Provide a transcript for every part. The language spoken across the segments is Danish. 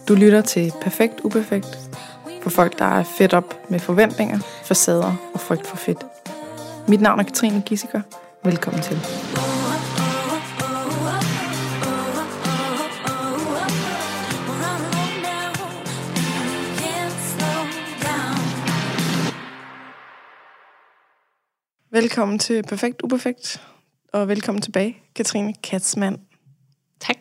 Du lytter til Perfekt Uperfekt for folk, der er fedt op med forventninger, facader og frygt for fedt. Mit navn er Katrine Gissiker. Velkommen til. Velkommen til Perfekt Uperfekt, og velkommen tilbage, Katrine Katzmann. Tak.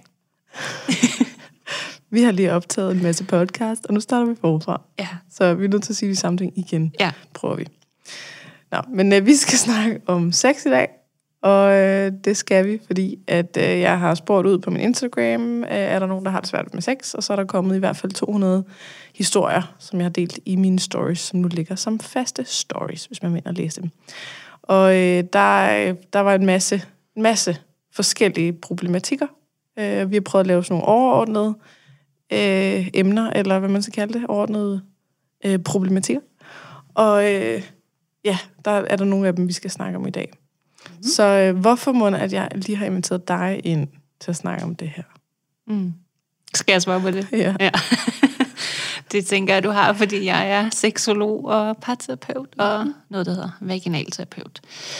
Vi har lige optaget en masse podcast, og nu starter vi forfra. Ja. Så vi er nødt til at sige de samme ting igen. Ja. Prøver vi. Nå, men vi skal snakke om sex i dag, og det skal vi, fordi at jeg har spurgt ud på min Instagram, er der nogen, der har det svært med sex, og så er der kommet i hvert fald 200 historier, som jeg har delt i mine stories, som nu ligger som faste stories, hvis man vil at læse dem. Og der var en masse forskellige problematikker. Vi har prøvet at lave sådan nogle overordnede emner, eller hvad man skal kalde det, overordnede problematikker. Og der er der nogle af dem, vi skal snakke om i dag. Mm. Så hvorfor må at jeg lige har inviteret dig ind til at snakke om det her? Mm. Skal jeg svare på det? Ja. Det tænker jeg, du har, fordi jeg er seksolog og parterapeut og noget, der hedder vaginalterapeut.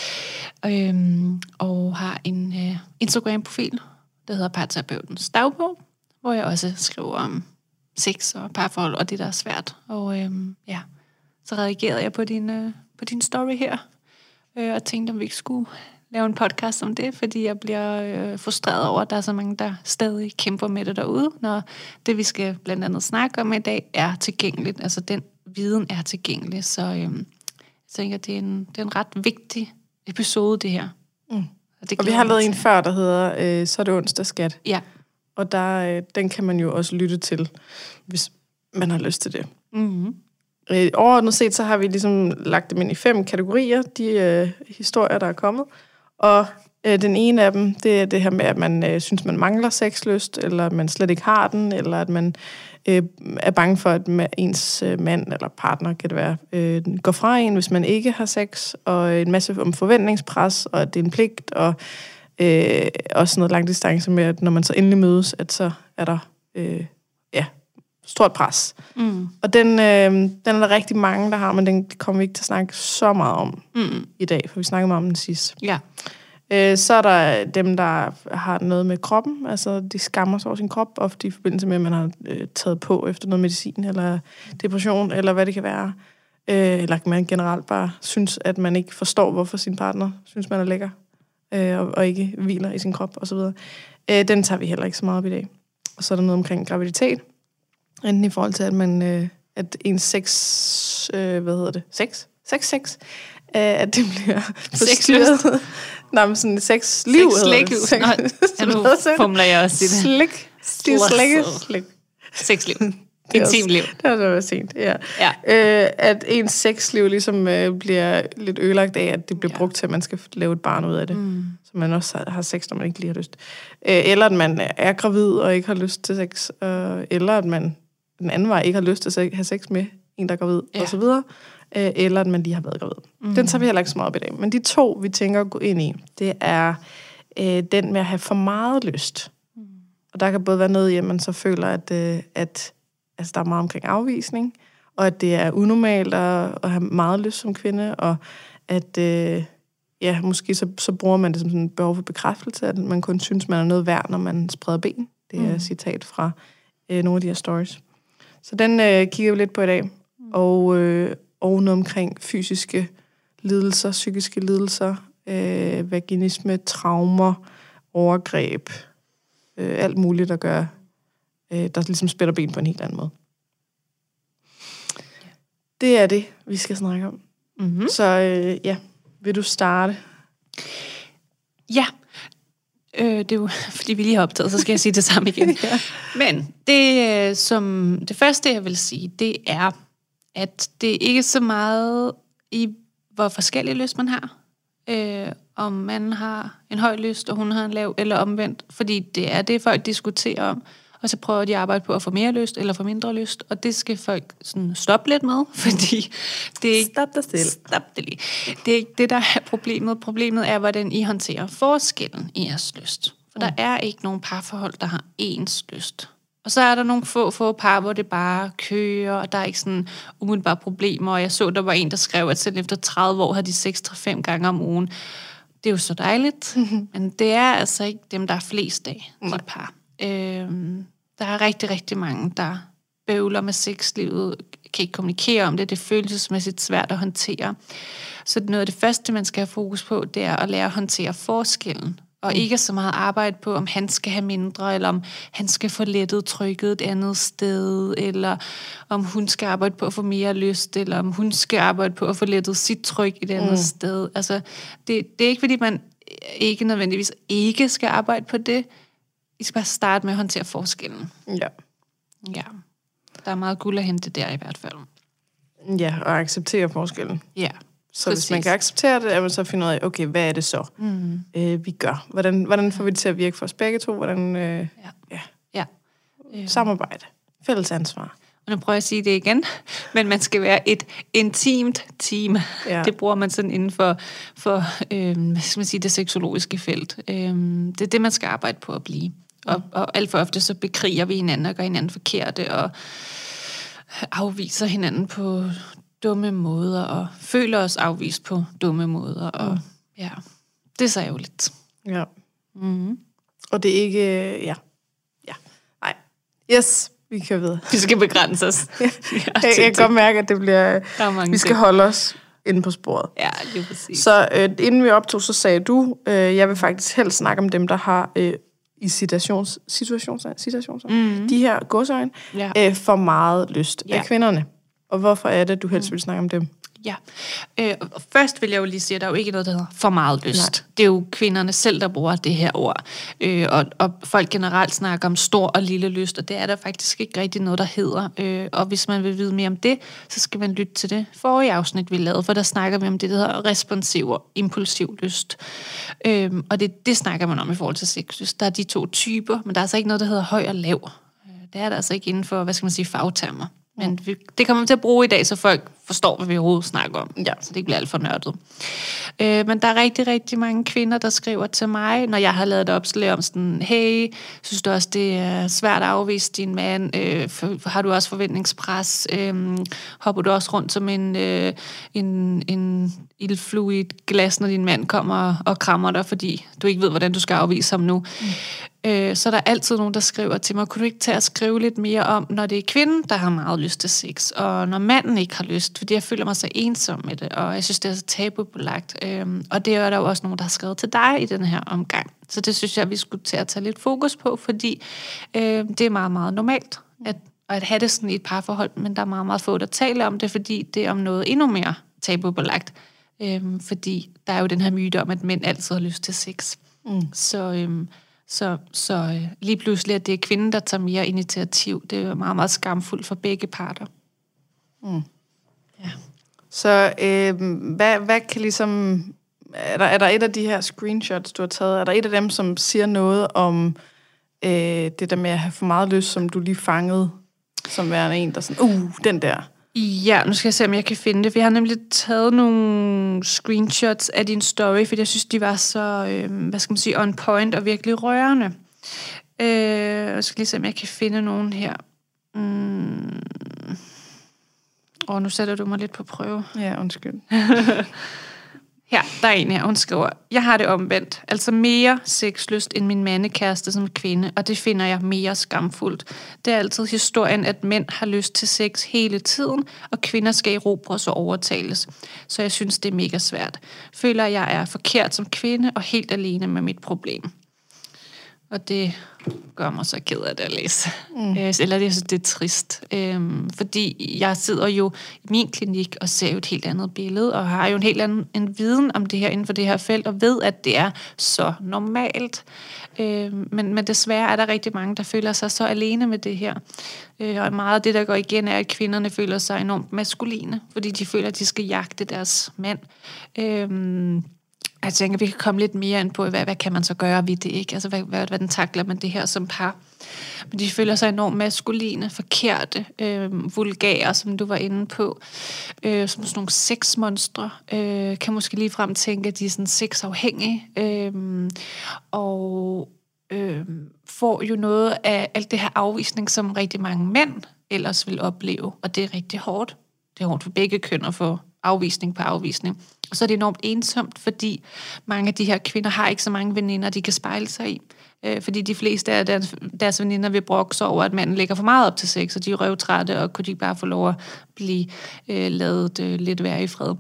Og har en Instagram-profil, der hedder Parterapeutens Dagbog, hvor jeg også skriver om sex og parforhold og det, der er svært. Og så reagerede jeg på din story her, og tænkte, om vi ikke skulle lave en podcast om det, fordi jeg bliver frustreret over, at der er så mange, der stadig kæmper med det derude, når det, vi skal blandt andet snakke om i dag, er tilgængeligt. Altså, den viden er tilgængelig, så jeg tænker, det er en ret vigtig episode, det her. Mm. Og vi har lavet en før, der hedder Så er det onsdag, skat. Ja. Og den kan man jo også lytte til, hvis man har lyst til det. Mm-hmm. Overordnet set, så har vi ligesom lagt dem ind i 5 kategorier, de historier, der er kommet. Og den ene af dem, det er det her med, at man synes, man mangler sexlyst, eller at man slet ikke har den, eller at man er bange for, at ens mand eller partner, kan det være, går fra en, hvis man ikke har sex, og en masse om forventningspres, og at det er en pligt, og også noget lang distance med, at når man så endelig mødes, at så er der stort pres. Mm. Og den er der rigtig mange, der har, men den kommer vi ikke til at snakke så meget om i dag, for vi snakkede meget om den sidst. Ja. Så er der dem, der har noget med kroppen, altså de skammer sig over sin krop, ofte i forbindelse med, at man har taget på efter noget medicin, eller depression, eller hvad det kan være. Eller man generelt bare synes, at man ikke forstår, hvorfor sin partner synes, man er lækker, og ikke hviler i sin krop, osv. Den tager vi heller ikke så meget op i dag. Og så er der noget omkring graviditet, enten i forhold til, at man at ens sex, at det bliver forstyrret. Nej, men sådan sexliv. Nu fumler jeg også i det. Slik. Sexliv. Intimliv. Det har så været sent, ja. At ens sexliv ligesom bliver lidt ødelagt af, at det bliver brugt til, at man skal lave et barn ud af det. Mm. Så man også har sex, når man ikke lige har lyst. Eller at man er gravid og ikke har lyst til sex. Eller at man den anden vej ikke har lyst til at have sex med en, der er gravid, og så videre. Eller at man lige har været gravid. Mm. Den tager vi heller ikke så meget op i dag. Men de 2, vi tænker at gå ind i, det er den med at have for meget lyst. Mm. Og der kan både være noget i, at man så føler, at altså, der er meget omkring afvisning, og at det er unormalt at have meget lyst som kvinde, og at måske så bruger man det som sådan en behov for bekræftelse, at man kun synes, man er noget værd, når man spreder ben. Det er et citat fra nogle af de her stories. Så den kigger vi lidt på i dag. Og noget omkring fysiske lidelser, psykiske lidelser, vaginisme, traumer, overgreb, alt muligt, der gør, der ligesom spætter ben på en helt anden måde. Det er det, vi skal snakke om. Mm-hmm. Så vil du starte? Ja. Det er jo, fordi vi lige har optaget, så skal jeg sige det samme igen. Ja. Men det første, jeg vil sige, det er, at det ikke er så meget i, hvor forskellig lyst man har. Om man har en høj lyst, og hun har en lav, eller omvendt. Fordi det er det, folk diskuterer om. Og så prøver de at arbejde på at få mere lyst, eller få mindre lyst. Og det skal folk sådan stoppe lidt med, fordi det er ikke... Stop dig stille. Stop det lige. Det er ikke det, der er problemet. Problemet er, hvordan I håndterer forskellen i jeres lyst. For der er ikke nogen parforhold, der har ens lyst. Og så er der nogle få par, hvor det bare kører, og der er ikke sådan umiddelbare problemer. Og jeg så, der var en, der skrev, at selv efter 30 år havde de sex 5 gange om ugen. Det er jo så dejligt, men det er altså ikke dem, der er flest af, de par. Der er rigtig, rigtig mange, der bøvler med sexlivet, kan ikke kommunikere om det, det er følelsesmæssigt svært at håndtere. Så noget af det første, man skal have fokus på, det er at lære at håndtere forskellen. Og ikke så meget arbejde på, om han skal have mindre, eller om han skal få lettet trykket et andet sted, eller om hun skal arbejde på at få mere lyst, eller om hun skal arbejde på at få lettet sit tryk et andet sted. Altså, det er ikke, fordi man ikke nødvendigvis ikke skal arbejde på det. I skal bare starte med at håndtere forskellen. Ja. Ja. Der er meget guld at hente der i hvert fald. Ja, og acceptere forskellen. Ja. Så hvis man kan acceptere det, at man så finder ud af, okay, hvad er det så, vi gør? Hvordan får vi det til at virke for os begge to? Hvordan samarbejde, fælles ansvar. Og nu prøver jeg at sige det igen, men man skal være et intimt team. Ja. Det bruger man sådan inden for hvad skal man sige, det seksologiske felt. Det er det, man skal arbejde på at blive. Og alt for ofte så bekriger vi hinanden og gør hinanden forkerte og afviser hinanden på dumme måder, og føler os afvist på dumme måder, og ja, det er så ærgerligt. Ja. Mm-hmm. Og det er ikke, nej. Yes, vi kører videre. Vi skal begrænse os. Jeg kan godt mærke, at det bliver, vi skal holde os inde på sporet. Ja, lige præcis. Så inden vi optog, så sagde du, jeg vil faktisk helst snakke om dem, der har i situationer, de her gåseøjne, for meget lyst af kvinderne. Og hvorfor er det, du helst vil snakke om dem? Ja. Først vil jeg jo lige sige, at der er jo ikke noget, der hedder for meget lyst. Nej. Det er jo kvinderne selv, der bruger det her ord. Og folk generelt snakker om stor og lille lyst, og det er der faktisk ikke rigtig noget, der hedder. Og hvis man vil vide mere om det, så skal man lytte til det forrige afsnit, vi lavede, for der snakker vi om det, der hedder responsiv og impulsiv lyst. Og det snakker man om i forhold til sexlyst. Der er de 2 typer, men der er altså ikke noget, der hedder høj og lav. Det er der altså ikke inden for, hvad skal man sige, fagtermer. Men det kommer vi til at bruge i dag, så folk forstår, hvad vi overhovedet snakker om. Ja. Så det ikke bliver alt for nørdet. Men der er rigtig, rigtig mange kvinder, der skriver til mig, når jeg har lavet et opslag om sådan, hey, synes du også, det er svært at afvise din mand? Har du også forventningspres? Hopper du også rundt som en ildflue i et glas, når din mand kommer og krammer dig, fordi du ikke ved, hvordan du skal afvise ham nu? Så der er altid nogen, der skriver til mig, kunne du ikke tage at skrive lidt mere om, når det er kvinden, der har meget lyst til sex, og når manden ikke har lyst, fordi jeg føler mig så ensom med det, og jeg synes, det er så tabubelagt. Og det er der jo også nogen, der har skrevet til dig i den her omgang. Så det synes jeg, vi skulle til at tage lidt fokus på, fordi det er meget, meget normalt at have det sådan i et parforhold, men der er meget, meget få, der taler om det, fordi det er om noget endnu mere tabubelagt. Fordi der er jo den her myte om, at mænd altid har lyst til sex. Så lige pludselig, at det er kvinden, der tager mere initiativ. Det er meget, meget skamfuldt for begge parter. Ja. Så hvad kan ligesom... Er der et af de her screenshots, du har taget? Er der et af dem, som siger noget om det der med at have for meget lyst, som du lige fangede, som værende en, der sådan, den der... Ja, nu skal jeg se, om jeg kan finde det. For jeg har nemlig taget nogle screenshots af din story, fordi jeg synes, de var så, hvad skal man sige, on point og virkelig rørende. Jeg skal lige se, om jeg kan finde nogen her. Nu sætter du mig lidt på prøve. Ja, undskyld. Her, der er en her, hun skriver, jeg har det omvendt, altså mere sexlyst end min mandekæreste som kvinde, og det finder jeg mere skamfuldt. Det er altid historien, at mænd har lyst til sex hele tiden, og kvinder skal erobres og overtales. Så jeg synes, det er mega svært. Føler, jeg er forkert som kvinde og helt alene med mit problem. Og det gør mig så ked af det at læse. Eller jeg synes, det er trist. Fordi jeg sidder jo i min klinik og ser jo et helt andet billede, og har jo en helt anden en viden om det her inden for det her felt, og ved, at det er så normalt. Men desværre er der rigtig mange, der føler sig så alene med det her. Og meget af det, der går igen, er, at kvinderne føler sig enormt maskuline, fordi de føler, at de skal jagte deres mand. Jeg tænker, vi kan komme lidt mere ind på, hvad kan man så gøre ved det, ikke? Altså, hvordan takler man det her som par? Men de føler sig enormt maskuline, forkerte, vulgære, som du var inde på. Som sådan nogle sexmonstre. Kan måske ligefrem tænke, at de er sådan sexafhængige. Og får jo noget af alt det her afvisning, som rigtig mange mænd ellers vil opleve, og det er rigtig hårdt. Det er hårdt for begge køn at få afvisning på afvisning. Og så er det enormt ensomt, fordi mange af de her kvinder har ikke så mange veninder, de kan spejle sig i. Fordi de fleste af deres veninder vil brokke sig over, at manden lægger for meget op til sex, og de er røvtrætte, og kunne de ikke bare få lov at blive ladet lidt være i fred.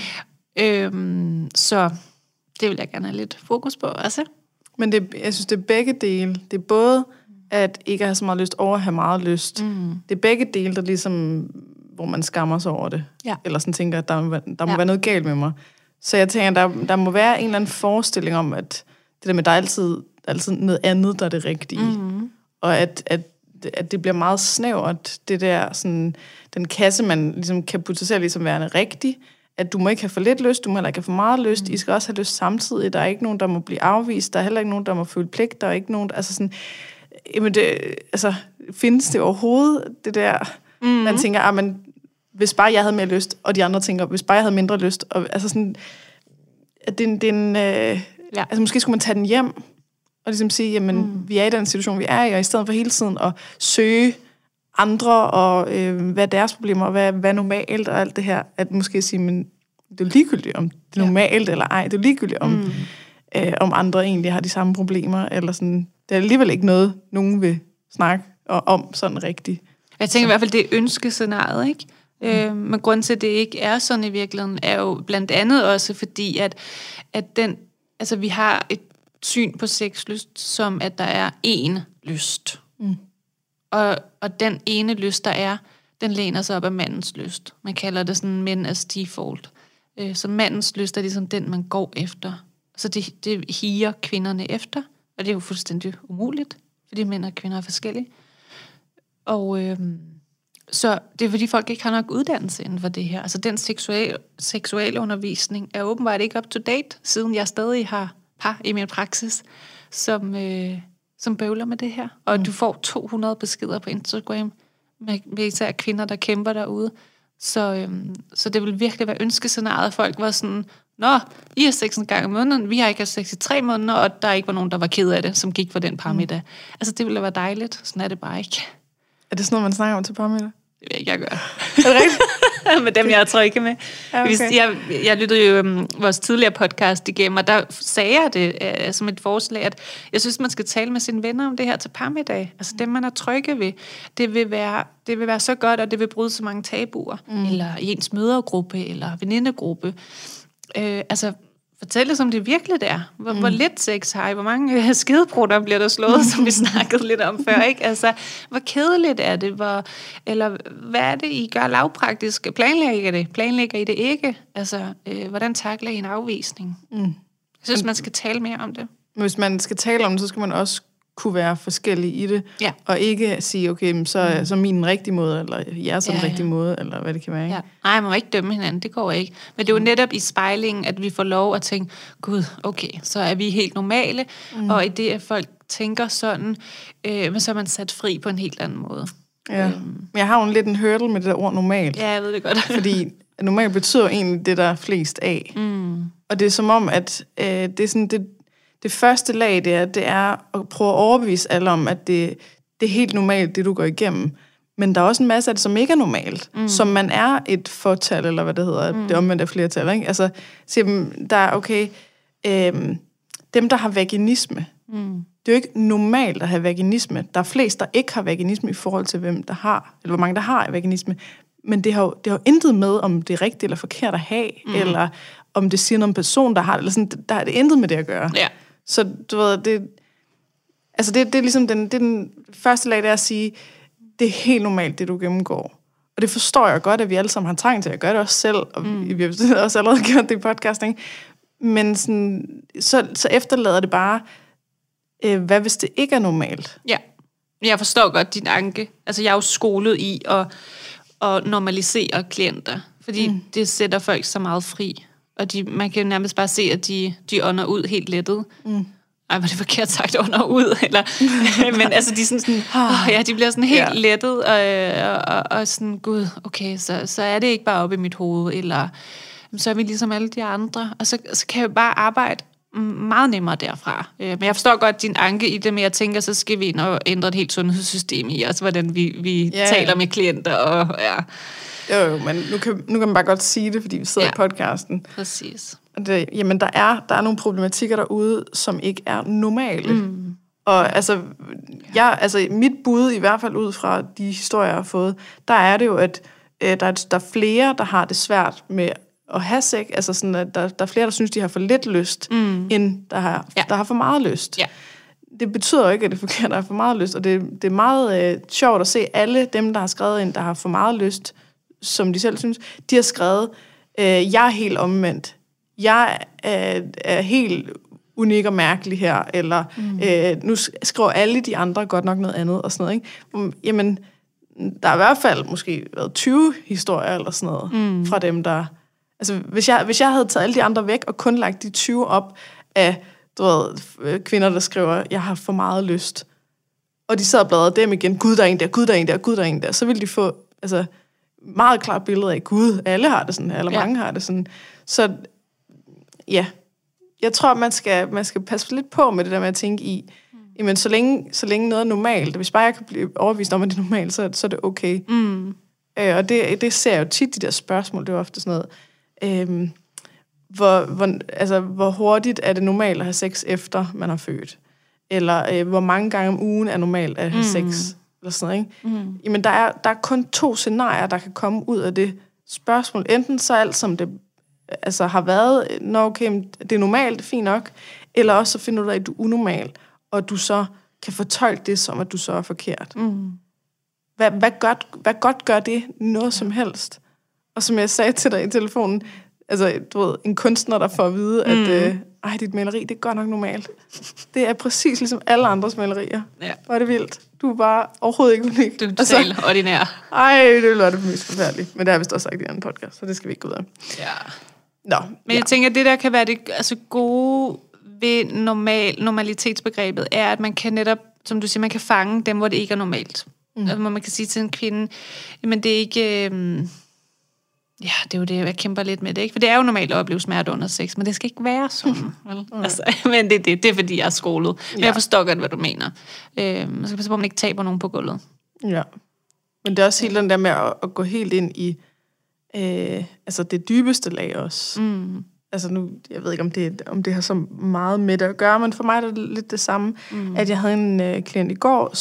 Så det vil jeg gerne have lidt fokus på også. Men jeg synes, det er begge dele. Det er både at ikke have så meget lyst over at have meget lyst. Det er begge dele, der ligesom, hvor man skammer sig over det. Ja. Eller sådan tænker, at der må være noget galt med mig. Så jeg tænker, der må være en eller anden forestilling om, at det der med, der er altid noget andet, der er det rigtige. Og at det bliver meget snævert, det der sådan, den kasse, man ligesom kan putte sig selv ligesom værende rigtig, at du må ikke have for lidt lyst, du må heller ikke have for meget lyst, I skal også have lyst samtidig, der er ikke nogen, der må blive afvist, der er heller ikke nogen, der må føle pligt, der er ikke nogen, altså sådan, jamen det, altså, findes det overhovedet, det der, man tænker, men hvis bare jeg havde mere lyst, og de andre tænker, hvis bare jeg havde mindre lyst, og altså sådan, at altså måske skulle man tage den hjem, og ligesom sige, jamen, vi er i den situation, vi er i, og i stedet for hele tiden at søge andre, og hvad er deres problemer, og hvad er normalt, og alt det her, at måske sige, men det er ligegyldigt, om det er normalt eller ej, det er ligegyldigt, om andre egentlig har de samme problemer, eller sådan, det er alligevel ikke noget, nogen vil snakke om sådan rigtigt. Jeg tænker i hvert fald, det er ønskescenariet, ikke? Men grunden til, at det ikke er sådan i virkeligheden, er jo blandt andet også fordi, at altså vi har et syn på sexlyst, som at der er én lyst. Og den ene lyst, der er, den læner sig op af mandens lyst. Man kalder det sådan men as default. Så mandens lyst er ligesom den, man går efter. Så det higer kvinderne efter, og det er jo fuldstændig umuligt, fordi mænd og kvinder er forskellige. Og så det er fordi folk ikke har nok uddannelse inden for det her. Altså den seksuelle undervisning er åbenbart ikke up to date, siden jeg stadig har par i min praksis, som bøvler med det her. Og du får 200 beskeder på Instagram med især kvinder, der kæmper derude. Så det vil virkelig være ønskescenariet, at folk var sådan, nå, I har sex en gang om måneden, vi har ikke haft sex i 3 måneder, og der ikke var nogen, der var ked af det, som gik for den parmiddag. Altså det ville være dejligt, sådan er det bare ikke. Er det sådan noget, man snakker om til parmiddag? Det vil jeg ikke gøre. Er det rigtigt? Med dem, jeg er trygge med. Ja, okay. Jeg lyttede jo vores tidligere podcast igennem, og der sagde jeg det som et forslag, at jeg synes, man skal tale med sine venner om det her til parmiddag. Altså dem, man er trygge ved. Det vil være så godt, og det vil bryde så mange tabuer. Eller i ens mødergruppe, eller venindegruppe. Altså fortæl os, om det virkelig er. Hvor lidt sex har I? Hvor mange skedebrutter bliver der slået, som vi snakkede lidt om før, ikke? Altså, hvor kedeligt er det? Eller hvad er det, I gør lavpraktisk? Planlægger I det? Planlægger I det ikke? Altså, hvordan takler I en afvisning? Jeg synes, man skal tale mere om det. Hvis man skal tale om det, så skal man også kunne være forskellig i det, og ikke sige, okay, så min den rigtige måde, eller jeres den rigtige måde, eller hvad det kan være. Ikke? Ja. Nej, man må ikke dømme hinanden, det går ikke. Men det er jo netop i spejlingen, at vi får lov at tænke, gud, okay, så er vi helt normale, og i det, at folk tænker sådan, men så er man sat fri på en helt anden måde. Ja. Men jeg har jo lidt en hurdle med det der ord normalt. Ja, jeg ved det godt. Fordi normalt betyder egentlig det, der er flest af. Og det er som om, at det er sådan, det første lag, det er at prøve at overbevise alle om, at det er helt normalt, det du går igennem. Men der er også en masse af det, som ikke er normalt. Som man er et fortal, eller hvad det hedder, det omvendt af flertal, ikke? Altså, der er, okay, dem, der har vaginisme, det er jo ikke normalt at have vaginisme. Der er flest, der ikke har vaginisme i forhold til, hvem der har, eller hvor mange, der har vaginisme. Men det har jo intet med, om det er rigtigt eller forkert at have, eller om det siger noget om person, der har det, eller sådan, der er det intet med det at gøre. Ja. Så du ved, det er ligesom den første lag, det er at sige, det er helt normalt, det du gennemgår. Og det forstår jeg godt, at vi alle sammen har trængt til at gøre det også selv, og vi har også allerede gjort det i podcasting. Men sådan, så efterlader det bare, hvad hvis det ikke er normalt? Ja, jeg forstår godt din anke. Altså, jeg er jo skolet i at normalisere klienter, fordi det sætter folk så meget fri. Og man kan jo nærmest bare se, at de ånder ud helt lettet. Ej, var det forkert sagt, ånder ud? Eller, men altså, de er sådan, de bliver sådan helt lettet, og sådan, gud, okay, så er det ikke bare oppe i mit hoved, eller så er vi ligesom alle de andre. Og så kan jeg bare arbejde meget nemmere derfra. Men jeg forstår godt din anke i det, men jeg tænker, så skal vi ind og ændre et helt sundhedssystem i os, hvordan vi taler med klienter. Og, Jo, men nu kan man bare godt sige det, fordi vi sidder i podcasten. Præcis. Jamen, der er nogle problematikker derude, som ikke er normale. Og altså, mit bud, i hvert fald ud fra de historier, jeg har fået, der er det jo, at der er flere, der har det svært med at have sex. Altså sådan, at der er flere, der synes, de har for lidt lyst, end der har for meget lyst. Ja. Det betyder jo ikke, at det forkert, der har for meget lyst. Og det er meget sjovt at se alle dem, der har skrevet ind, der har for meget lyst, som de selv synes, de har skrevet, jeg er helt omvendt. Jeg er helt unik og mærkelig her, eller nu skriver alle de andre godt nok noget andet, og sådan noget, ikke? Jamen, der er i hvert fald måske været 20 historier, eller sådan noget, fra dem, der... Altså, hvis jeg havde taget alle de andre væk, og kun lagt de 20 op af, kvinder, der skriver, jeg har for meget lyst, og de sad og bladrede dem igen, gud, der er en der, gud, der er en der, gud, der er en der, så ville de få, altså, meget klart billede af, gud, alle har det sådan, eller mange har det sådan. Så, ja, jeg tror, man skal passe lidt på med det der med at tænke i, jamen, så længe noget er normalt, hvis bare jeg kan blive overbevist om, at det er normalt, så er det okay. Og det ser jeg jo tit, de der spørgsmål, det er ofte sådan noget, hvor hurtigt er det normalt at have sex, efter man har født? Eller hvor mange gange om ugen er normalt at have sex? Eller sådan noget, ikke? Jamen, der er kun 2 scenarier, der kan komme ud af det spørgsmål. Enten så alt, som det har været, okay, det er normalt, det er fint nok, eller også så finder du dig, at du er unormal, og du så kan fortolke det som, at du så er forkert. Hvad godt gør det noget som helst? Og som jeg sagde til dig i telefonen, altså, du ved, en kunstner, der får at vide, at dit maleri, det er godt nok normalt. Det er præcis ligesom alle andres malerier. Ja. Hvor er det vildt. Du er bare overhovedet ikke unik. Du er totalt ordinær. Det ville være det mest forfærdeligt. Men det har jeg vist også sagt i en anden podcast, så det skal vi ikke gå ud af. Ja. Nå, men jeg tænker, at det der kan være det gode ved normalitetsbegrebet, er, at man kan netop, som du siger, man kan fange dem, hvor det ikke er normalt. Altså, hvor man kan sige til en kvinde, men det er ikke... det er jo det, jeg kæmper lidt med det, ikke? For det er jo normalt at opleve smerte under sex, men det skal ikke være sådan. Men det er fordi, jeg er skolet. Men jeg forstår godt, hvad du mener. Man skal passe på, at man ikke taber nogen på gulvet. Ja. Men det er også helt den der med at gå helt ind i det dybeste lag også. Altså nu, jeg ved ikke, om det har så meget med det at gøre, men for mig er det lidt det samme, at jeg havde en klient i går,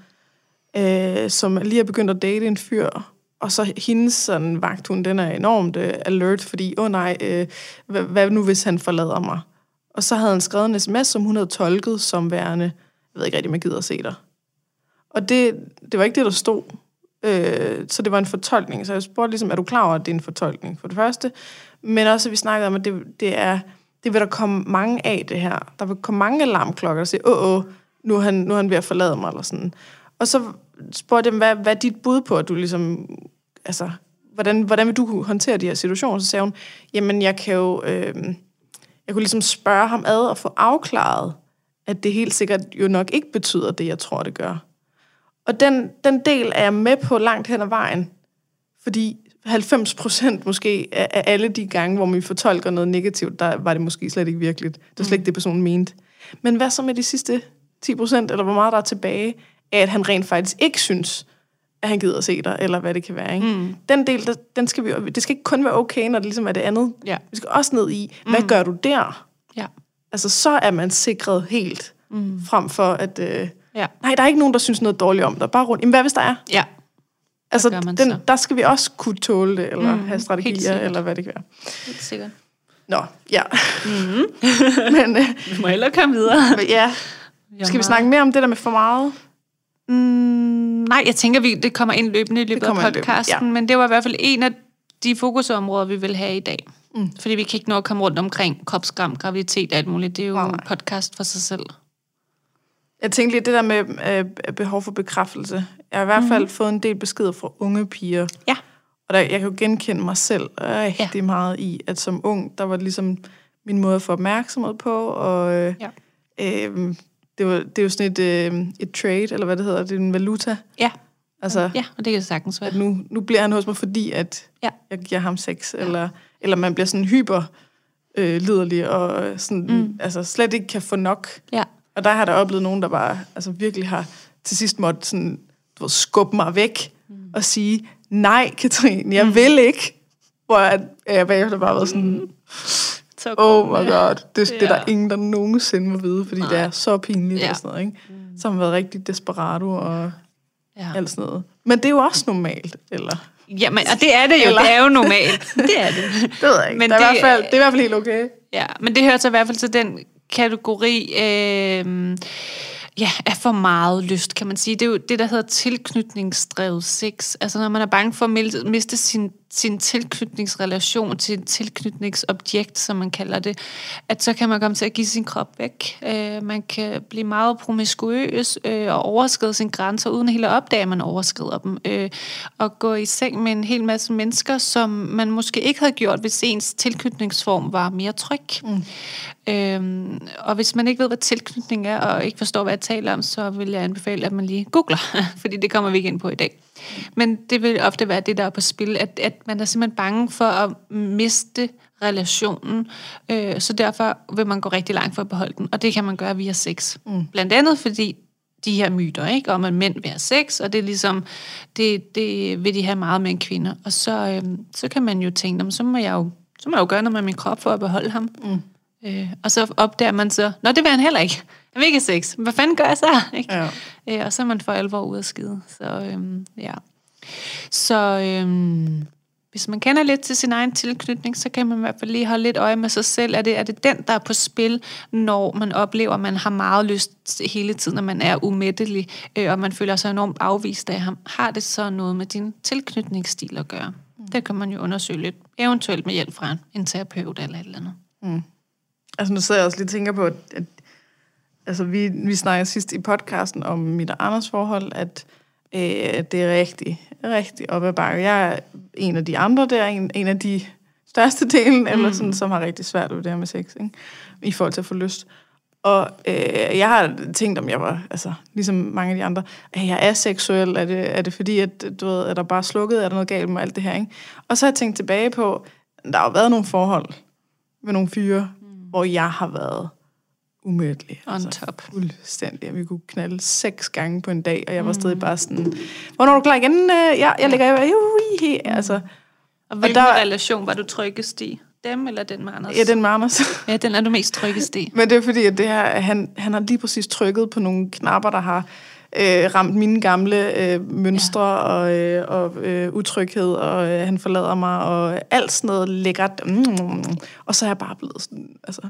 som lige er begyndt at date en fyr, og så hendes sådan vagthund, den er enormt alert, fordi, hvad nu, hvis han forlader mig? Og så havde han skrevet en sms, som hun havde tolket som værende, jeg ved ikke rigtig, om jeg gider at se dig. Og det var ikke det, der stod. Så det var en fortolkning. Så jeg spurgte ligesom, er du klar over, at det er en fortolkning for det første? Men også, at vi snakkede om, at det vil der komme mange af det her. Der vil komme mange alarmklokker, der siger, nu er han ved at forlade mig, eller sådan. Og så spurgte jeg dem, hvad er dit bud på, at du ligesom, altså, hvordan vil du håndtere de her situationer? Så sagde hun, jamen, jeg kunne ligesom spørge ham ad og få afklaret, at det helt sikkert jo nok ikke betyder det, jeg tror, det gør. Og den del er jeg med på langt hen ad vejen, fordi 90% måske af alle de gange, hvor vi fortolker noget negativt, der var det måske slet ikke virkeligt. Det var slet ikke det, personen mente. Men hvad så med de sidste 10%, eller hvor meget der er tilbage, af at han rent faktisk ikke synes, at han gider at se dig, eller hvad det kan være, ikke? Den del, det skal ikke kun være okay, når det ligesom er det andet. Ja. Vi skal også ned i, hvad gør du der? Ja. Altså, så er man sikret helt, frem for at... Nej, der er ikke nogen, der synes noget dårligt om dig. Bare rundt. Jamen, hvad hvis der er? Ja. Altså, der skal vi også kunne tåle det, eller have strategier, eller hvad det kan være. Helt sikkert. Nå, ja. Men, vi må hellere komme videre. Ja. Skal vi snakke mere om det der med for meget? Nej, jeg tænker, det kommer ind løbende i løbet af podcasten, men det var i hvert fald en af de fokusområder, vi vil have i dag. Fordi vi kan ikke nå at komme rundt omkring kropsskam, graviditet og alt muligt. Det er jo en podcast for sig selv. Jeg tænkte lidt det der med behov for bekræftelse. Jeg har i hvert fald fået en del beskeder fra unge piger. Ja. Og jeg kan jo genkende mig selv rigtig meget i, at som ung, der var det ligesom min måde at få opmærksomhed på, og det er jo sådan et trade, eller hvad det hedder, det er en valuta. Ja. Altså, ja, og det kan sagtens være. At nu bliver han hos mig, fordi at jeg giver ham sex, eller man bliver sådan hyper liderlig og sådan, altså slet ikke kan få nok. Ja. Og der har der oplevet nogen, der bare altså virkelig har til sidst måtte sådan, skubbe mig væk og sige, nej, Katrine, jeg vil ikke. Hvor jeg bagefter bare været sådan, oh my god, det er der ingen, der nogensinde må vide, fordi det er så pinligt og sådan noget, ikke? Så har man været rigtig desperado og alt sådan noget. Men det er jo også normalt, eller? Jamen, og det er det jo, det er jo normalt. Det er det. Det ved jeg ikke. Men det er i hvert fald helt okay. Ja, men det hører så i hvert fald til den kategori, er for meget lyst, kan man sige. Det er jo det, der hedder tilknytningsdrevet sex. Altså når man er bange for at miste sin tilknytningsrelation til et tilknytningsobjekt, som man kalder det, at så kan man komme til at give sin krop væk. Man kan blive meget promiskuøs og overskride sine grænser, uden helt at opdage, at man overskrider dem. Og gå i seng med en hel masse mennesker, som man måske ikke havde gjort, hvis ens tilknytningsform var mere tryg. Og hvis man ikke ved, hvad tilknytning er, og ikke forstår, hvad jeg taler om, så vil jeg anbefale, at man lige googler, fordi det kommer vi ikke ind på i dag. Men det vil ofte være det, der er på spil, at man er simpelthen bange for at miste relationen, så derfor vil man gå rigtig langt for at beholde den, og det kan man gøre via sex. Blandt andet fordi de her myter, ikke, om at mænd vil have sex, og det er ligesom, det vil de have meget med en kvinder, og så kan man jo tænke, så må jeg jo gøre noget med min krop for at beholde ham. Og så opdager man så, det vil han heller ikke. Jeg vil ikke have sex. Hvad fanden gør jeg så? Ikke? Ja. Og så er man for alvor ude af skide. Så hvis man kender lidt til sin egen tilknytning, så kan man i hvert fald lige holde lidt øje med sig selv. Er det den, der er på spil, når man oplever, at man har meget lyst hele tiden, når man er umættelig, og man føler sig enormt afvist af ham? Har det så noget med din tilknytningsstil at gøre? Det kan man jo undersøge lidt, eventuelt med hjælp fra en terapeut eller et eller andet. Altså nu sidder jeg også lige og tænker på, at altså, vi snakkede sidst i podcasten om mit og Anders forhold, at det er rigtig op ad bakke. Jeg er en af de andre der, en af de største delen, eller sådan, som har rigtig svært ved det her med sex, ikke? I forhold til at få lyst. Og jeg har tænkt, om jeg var, altså ligesom mange af de andre, at jeg er seksuel, er det fordi, at du ved, er der bare slukket, er der noget galt med alt det her, ikke? Og så har jeg tænkt tilbage på, der har jo været nogle forhold med nogle fyre, hvor jeg har været umættelig. On top. Fuldstændig. Vi kunne knalde 6 gange på en dag, og jeg var stadig bare sådan, hvornår er du klar igen? Jeg ligger altså. Og hvilken relation var du tryggest i? Dem eller den med Anders? Ja, den med Anders. Ja, den er du mest tryggest i. Men det er fordi, at det her, han har lige præcis trykket på nogle knapper, der har ramt mine gamle mønstre og utryghed, og han forlader mig, og alt sådan noget lækkert. Og så er jeg bare blevet sådan, altså,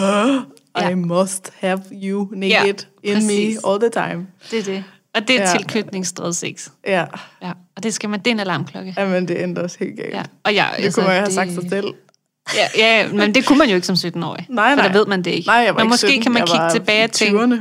I must have you naked in me all the time. Det er det. Og det er tilknytningsdrevet sex. Ja. Og det skal man, det er en alarmklokke. Jamen, det ændrer også helt galt. Ja. Og det kunne man have sagt sig selv. Ja, men det kunne man jo ikke som 17-årig. Nej. For der ved man det ikke. Nej, jeg var men ikke måske 17. kan man kigge tilbage og tænke...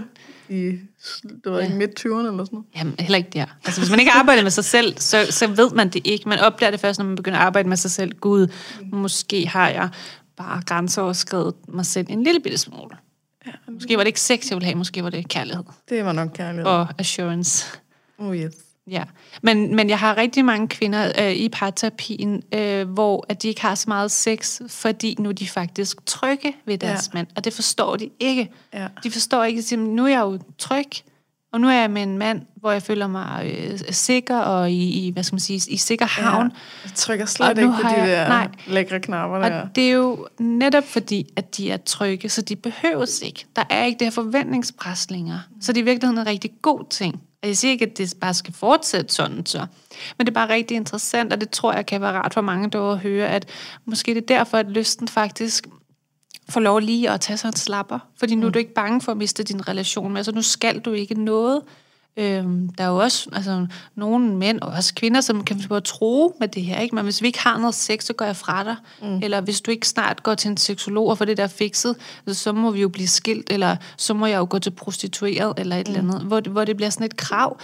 Det var ikke midt 20'erne eller sådan noget. Jamen, heller ikke der. Altså, hvis man ikke arbejder med sig selv, så ved man det ikke. Man opdager det først, når man begynder at arbejde med sig selv. Gud, måske har jeg bare grænseoverskredet mig selv en lille bitte smule. Ja. Måske var det ikke sex, jeg ville have. Måske var det kærlighed. Det var nok kærlighed. Og assurance. Oh yes. Ja, men jeg har rigtig mange kvinder i parterapien, hvor at de ikke har så meget sex, fordi nu er de faktisk trygge ved deres mand, og det forstår de ikke. Ja. De forstår ikke, at nu er jeg jo tryg, og nu er jeg med en mand, hvor jeg føler mig sikker og i hvad skal man sige, i sikker havn. Ja. Jeg trykker slet ikke på de der lækre knapper der. Og det er jo netop fordi, at de er trygge, så de behøves ikke. Der er ikke det her forventningspres længere. Så det er i virkeligheden en rigtig god ting. Og jeg siger ikke, at det bare skal fortsætte sådan så. Men det er bare rigtig interessant, og det tror jeg kan være rart for mange der at høre, at måske det er derfor, at lysten faktisk får lov lige at tage sig en slapper. Fordi nu er du ikke bange for at miste din relation med. Altså nu skal du ikke noget. Der er jo også nogle mænd og også kvinder, som kan få at tro med det her, ikke? Men hvis vi ikke har noget sex, så går jeg fra dig. Eller hvis du ikke snart går til en seksolog og får det der fikset, så må vi jo blive skilt, eller så må jeg jo gå til prostitueret, eller et eller andet, hvor det bliver sådan et krav,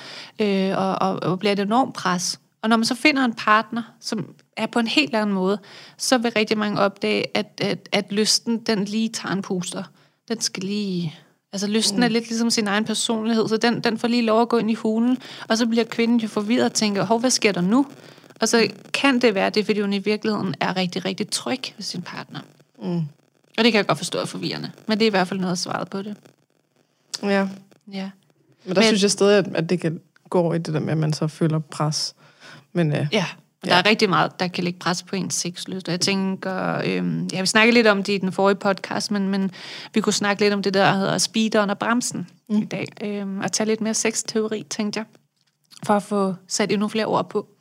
og bliver et enormt pres. Og når man så finder en partner, som er på en helt anden måde, så vil rigtig mange opdage, at lysten, den lige tager en puster. Den skal lige... Altså lysten er lidt ligesom sin egen personlighed, så den får lige lov at gå ind i hulen, og så bliver kvinden jo forvirret og tænker, hvad sker der nu? Og så kan det være det, fordi hun i virkeligheden er rigtig, rigtig tryg ved sin partner. Og det kan jeg godt forstå er forvirrende. Men det er i hvert fald noget svaret på det. Ja. Men der synes jeg stadig, at det kan gå over i det der med, at man så føler pres. Men, ja, der er rigtig meget, der kan lægge pres på ens sexlyst. Og jeg tænker, vi snakkede lidt om det i den forrige podcast, men vi kunne snakke lidt om det der hedder speederen og bremsen i dag. Og tage lidt mere sexteori, tænkte jeg, for at få sat endnu flere ord på.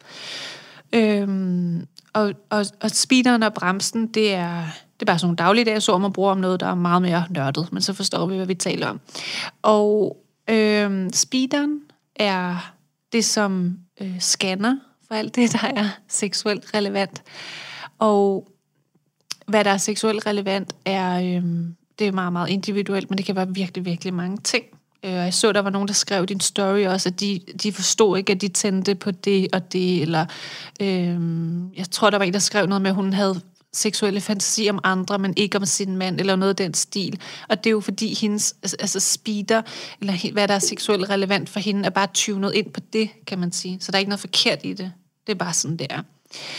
Og speederen og bremsen, det er bare sådan nogle dagligdags ord, man bruger om noget, der er meget mere nørdet, men så forstår vi, hvad vi taler om. Og speederen er det, som scanner for alt det, der er seksuelt relevant. Og hvad der er seksuelt relevant, det er meget, meget individuelt, men det kan være virkelig, virkelig mange ting. Jeg så, der var nogen, der skrev din story også, at de forstod ikke, at de tændte på det og det, eller jeg tror, der var en, der skrev noget med, at hun havde seksuelle fantasi om andre, men ikke om sin mand, eller noget af den stil. Og det er jo fordi hendes speeder, eller hvad der er seksuelt relevant for hende, er bare tunet ind på det, kan man sige. Så der er ikke noget forkert i det. Det er bare sådan, det er.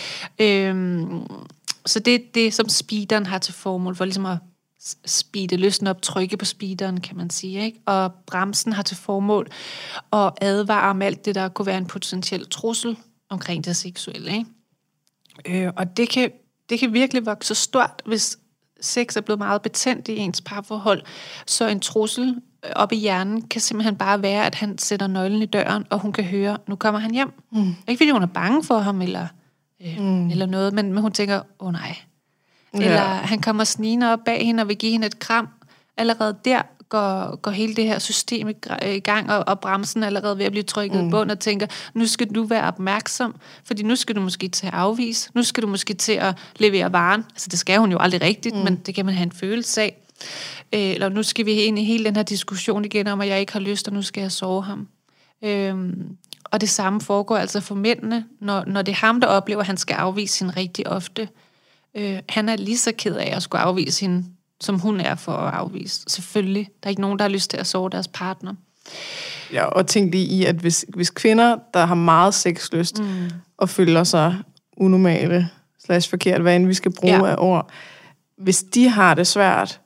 Så det er det, som speederen har til formål, for ligesom at speede lysten op, trykke på speederen, kan man sige, ikke? Og bremsen har til formål at advare om alt det, der kunne være en potentiel trussel omkring det seksuelle, ikke? Og det kan virkelig vokse stort, hvis sex er blevet meget betændt i ens parforhold, så en trussel op i hjernen kan simpelthen bare være, at han sætter nøglen i døren, og hun kan høre, nu kommer han hjem. Ikke fordi hun er bange for ham, eller noget, men hun tænker, nej. Eller han kommer snigende op bag hende og vil give hende et kram. Allerede der går hele det her system i gang, og bremsen er allerede ved at blive trykket i bund, og tænker, nu skal du være opmærksom, fordi nu skal du måske til at afvise, nu skal du måske til at levere varen. Altså det skal hun jo aldrig rigtigt, men det kan man have en følelse af. Eller nu skal vi ind i hele den her diskussion igen om, at jeg ikke har lyst, og nu skal jeg sove ham. Og det samme foregår altså for mændene, når det er ham, der oplever, at han skal afvise hende rigtig ofte. Han er lige så ked af at skulle afvise hende, som hun er for at afvise. Selvfølgelig. Der er ikke nogen, der har lyst til at sove deres partner. Ja, og tænk lige i, at hvis kvinder, der har meget sexlyst, og føler sig unormale, /forkert, hvad end vi skal bruge af ord, hvis de har det svært,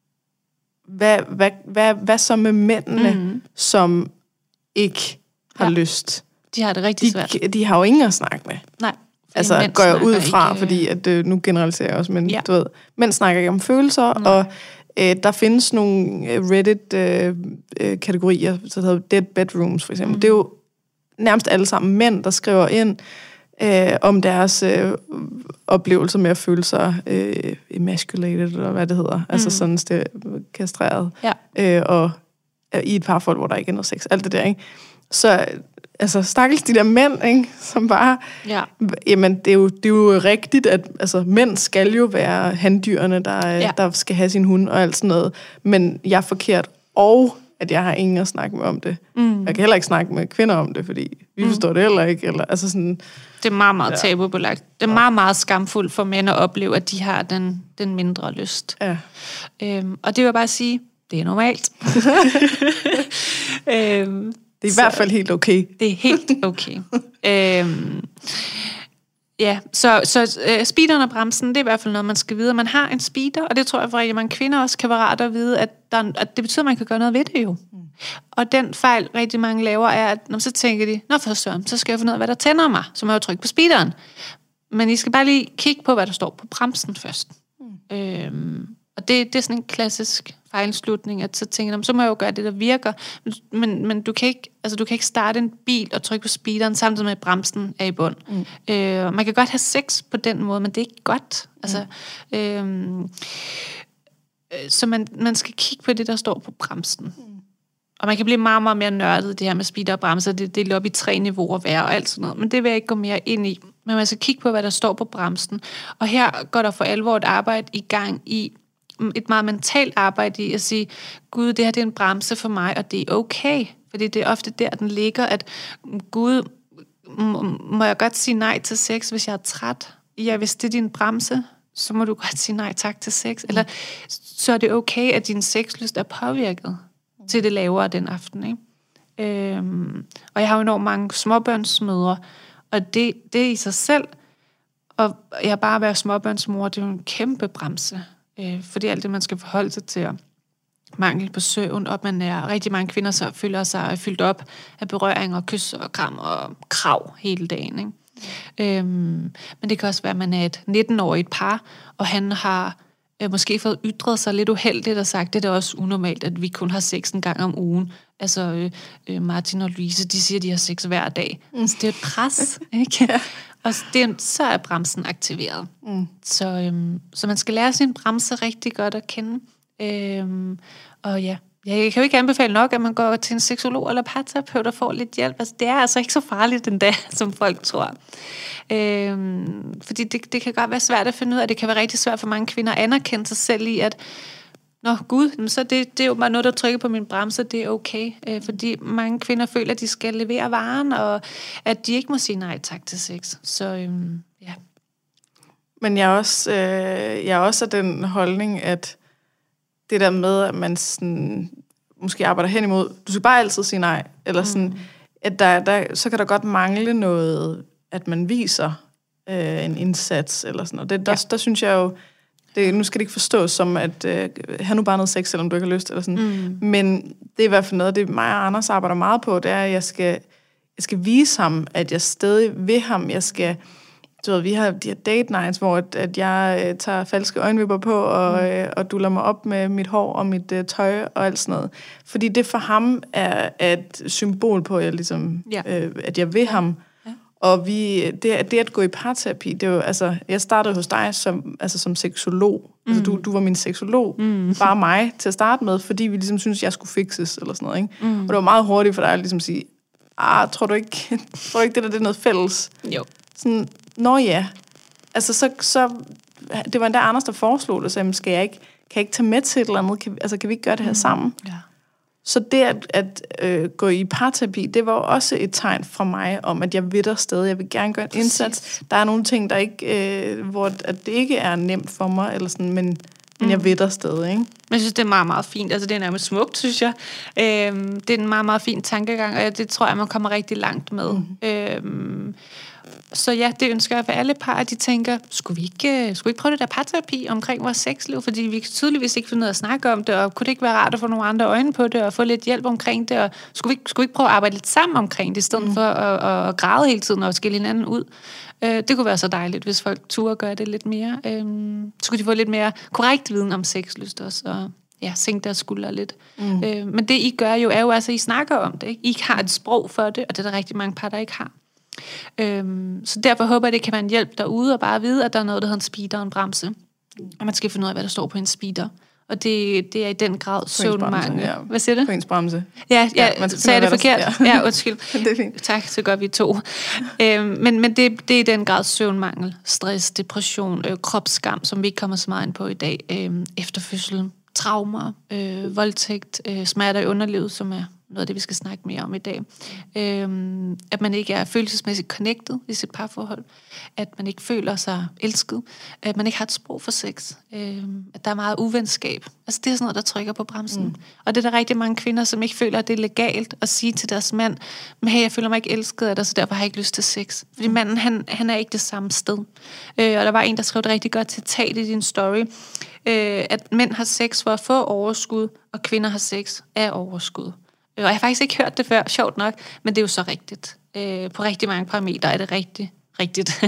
hvad så med mændene, som ikke har lyst? De har det rigtig svært. De har jo ingen at snakke med. Nej. Altså går jeg ud fra, ikke, fordi at nu generaliserer jeg også, men du ved, mænd snakker ikke om følelser, og der findes nogle Reddit-kategorier, så hedder Dead Bedrooms for eksempel. Det er jo nærmest alle sammen mænd, der skriver ind om deres oplevelser med at føle sig emasculated, eller hvad det hedder, altså sådan kastreret, og i et parforhold, hvor der ikke er noget sex, alt det der, ikke? Så altså, stakkels de der mænd, ikke, som bare... Jamen, det er jo rigtigt, at altså, mænd skal jo være handdyrene, der skal have sin hund og alt sådan noget. Men jeg er forkert, og at jeg har ingen at snakke med om det. Jeg kan heller ikke snakke med kvinder om det, fordi vi forstår det heller ikke. Eller, altså sådan, det er meget, meget tabubelagt. Det er meget, meget skamfuldt for mænd at opleve, at de har den mindre lyst. Ja. Og det vil jeg bare sige, det er normalt. Det er i hvert fald helt okay. Det er helt okay. Så speederen og bremsen, det er i hvert fald noget, man skal vide. Man har en speeder, og det tror jeg for rigtig mange kvinder også kan være rart at vide, at det betyder, at man kan gøre noget ved det jo. Og den fejl, rigtig mange laver, er, at når så tænker de, for søren, så skal jeg finde ud af, hvad der tænder mig, så må jeg jo trykke på speederen. Men I skal bare lige kigge på, hvad der står på bremsen først. Og det er sådan en klassisk fejlslutning, at så tænker jeg, så må jeg jo gøre det, der virker. Men du kan ikke starte en bil og trykke på speederen, samtidig med, at bremsen er i bund. Man kan godt have sex på den måde, men det er ikke godt. Altså, så man skal kigge på det, der står på bremsen. Og man kan blive meget, meget mere nørdet, det her med speeder og bremser. Det er op i 3 niveauer hver og alt sådan noget. Men det vil jeg ikke gå mere ind i. Men man skal kigge på, hvad der står på bremsen. Og her går der for alvor et arbejde i gang i, et meget mentalt arbejde i at sige, Gud, det her det er en bremse for mig, og det er okay. Fordi det er ofte der, den ligger, at Gud, må jeg godt sige nej til sex, hvis jeg er træt? Ja, hvis det er din bremse, så må du godt sige nej tak til sex. Eller så er det okay, at din sexlyst er påvirket til det lavere den aften. Ikke? Og jeg har jo enormt mange småbørnsmødre, og det i sig selv, og jeg bare være småbørnsmor, det er jo en kæmpe bremse. fordi alt det, man skal forholde sig til, mangel på søvn, og man er rigtig mange kvinder, så føler sig fyldt op af berøring og kys og kram og krav hele dagen, ikke? Men det kan også være, at man er et 19-årigt par, og han har måske fået ytret sig lidt uheldigt og sagt, det er da også unormalt, at vi kun har sex en gang om ugen. Altså Martin og Louise, de siger, de har sex hver dag. Så det er et pres, ikke? Ja. Og så er bremsen aktiveret. Så man skal lære sin bremse rigtig godt at kende. Og ja, jeg kan jo ikke anbefale nok, at man går til en seksolog eller parterapeut og får lidt hjælp. Altså, det er altså ikke så farligt den dag, som folk tror. Fordi det kan godt være svært at finde ud af. Det kan være rigtig svært for mange kvinder at anerkende sig selv i, at gud, så det er jo bare noget, der trykker på min bremse, det er okay. Fordi mange kvinder føler, at de skal levere varen, og at de ikke må sige nej tak til sex. Så ja. Men jeg er også af den holdning, at det der med, at man sådan, måske arbejder hen imod, du skal bare altid sige nej, eller sådan, at så kan der godt mangle noget, at man viser en indsats, eller sådan, og der synes jeg jo, nu skal det ikke forstås som, at have nu bare noget sex, selvom du ikke har lyst, eller sådan, men det er i hvert fald noget, det mig og Anders arbejder meget på, det er, at jeg skal vise ham, at jeg stadig vil ham, vi har de her date nights, hvor at jeg tager falske øjenvipper på, og duller mig op med mit hår og mit tøj og alt sådan noget. Fordi det for ham er et symbol på, at at jeg vil ham. Ja. Og det at gå i parterapi, det er jo, altså, jeg startede hos dig som seksolog. Altså, du var min seksolog, bare mig til at starte med, fordi vi ligesom syntes, jeg skulle fikses, eller sådan noget, ikke? Og det var meget hurtigt for dig at ligesom sige, tror du ikke det er noget fælles? Jo. Sådan, ja. Altså, så det var endda Anders, der foreslog det, så kan jeg ikke tage med til et eller andet? Kan vi ikke gøre det her sammen? Ja. Så det at gå i parterapi, det var også et tegn fra mig om, at jeg vil der stadig. Jeg vil gerne gøre en indsats. Der er nogle ting, der ikke, hvor at det ikke er nemt for mig, eller sådan, men jeg vil der stadig, ikke? Jeg synes, det er meget, meget fint. Altså, det er nærmest smukt, synes jeg. Det er en meget, meget fin tankegang, og det tror jeg, man kommer rigtig langt med. Så ja, det ønsker jeg for alle par, at de tænker, skulle vi ikke prøve det der parterapi omkring vores sexliv, fordi vi kan tydeligvis ikke finde noget at snakke om det, og kunne det ikke være rart at få nogle andre øjne på det, og få lidt hjælp omkring det, og skulle vi ikke prøve at arbejde lidt sammen omkring det, i stedet for at græde hele tiden og skille hinanden ud. Det kunne være så dejligt, hvis folk turde gøre det lidt mere. Så kunne de få lidt mere korrekt viden om sexlyst også, og sænke deres skuldre lidt. Men det I gør jo, er jo altså, I snakker om det, ikke? I har et sprog for det, og det er der rigtig mange par, der ikke har. Så derfor håber jeg, det kan være en hjælp derude, og bare vide, at der er noget, der hedder en speeder og en bremse. Og man skal finde ud af, hvad der står på en speeder. Og det er i den grad søvnmangel. Ja. Hvad siger du? På ens bremse. Ja, sagde det forkert? Ja, undskyld. Det er fint. Tak, så gør vi to. Men det er i den grad søvnmangel, stress, depression, kropsskam, som vi ikke kommer så meget ind på i dag, efterfødsel, traumer, voldtægt, smerter i underlivet, som er noget af det, vi skal snakke mere om i dag. At man ikke er følelsesmæssigt connected i sit parforhold. At man ikke føler sig elsket. At man ikke har et sprog for sex. At der er meget uvenskab. Altså det er sådan noget, der trykker på bremsen. Og det er der rigtig mange kvinder, som ikke føler, at det er legalt at sige til deres mand, men hey, jeg føler mig ikke elsket af dig, så derfor har jeg ikke lyst til sex. Fordi manden, han er ikke det samme sted. Og der var en, der skrev det rigtig godt citat i din story, at mænd har sex for at få overskud, og kvinder har sex af overskud. Og jeg har faktisk ikke hørt det før, sjovt nok, men det er jo så rigtigt. På rigtig mange parametre er det rigtigt.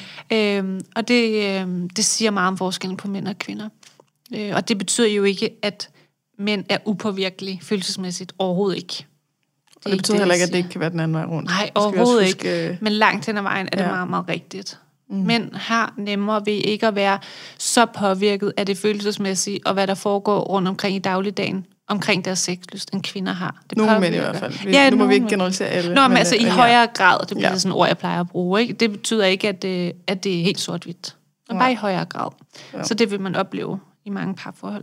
Og det siger meget om forskellen på mænd og kvinder. Og det betyder jo ikke, at mænd er upåvirkelige følelsesmæssigt. Overhovedet ikke. Og det betyder heller ikke, at det ikke kan være den anden vej rundt. Nej, overhovedet ikke. Men langt hen ad vejen er det meget, meget rigtigt. Mænd har nemmere ved ikke at være så påvirket af det følelsesmæssige, og hvad der foregår rundt omkring i dagligdagen, omkring deres sexlyst, end kvinder har. Nogle mænd i hvert fald. Nu må vi ikke generalisere alle. Men altså i højere grad, det bliver sådan et ord, jeg plejer at bruge. Ikke? Det betyder ikke, at det er helt sort-hvidt. Men bare i højere grad. Ja. Så det vil man opleve i mange parforhold.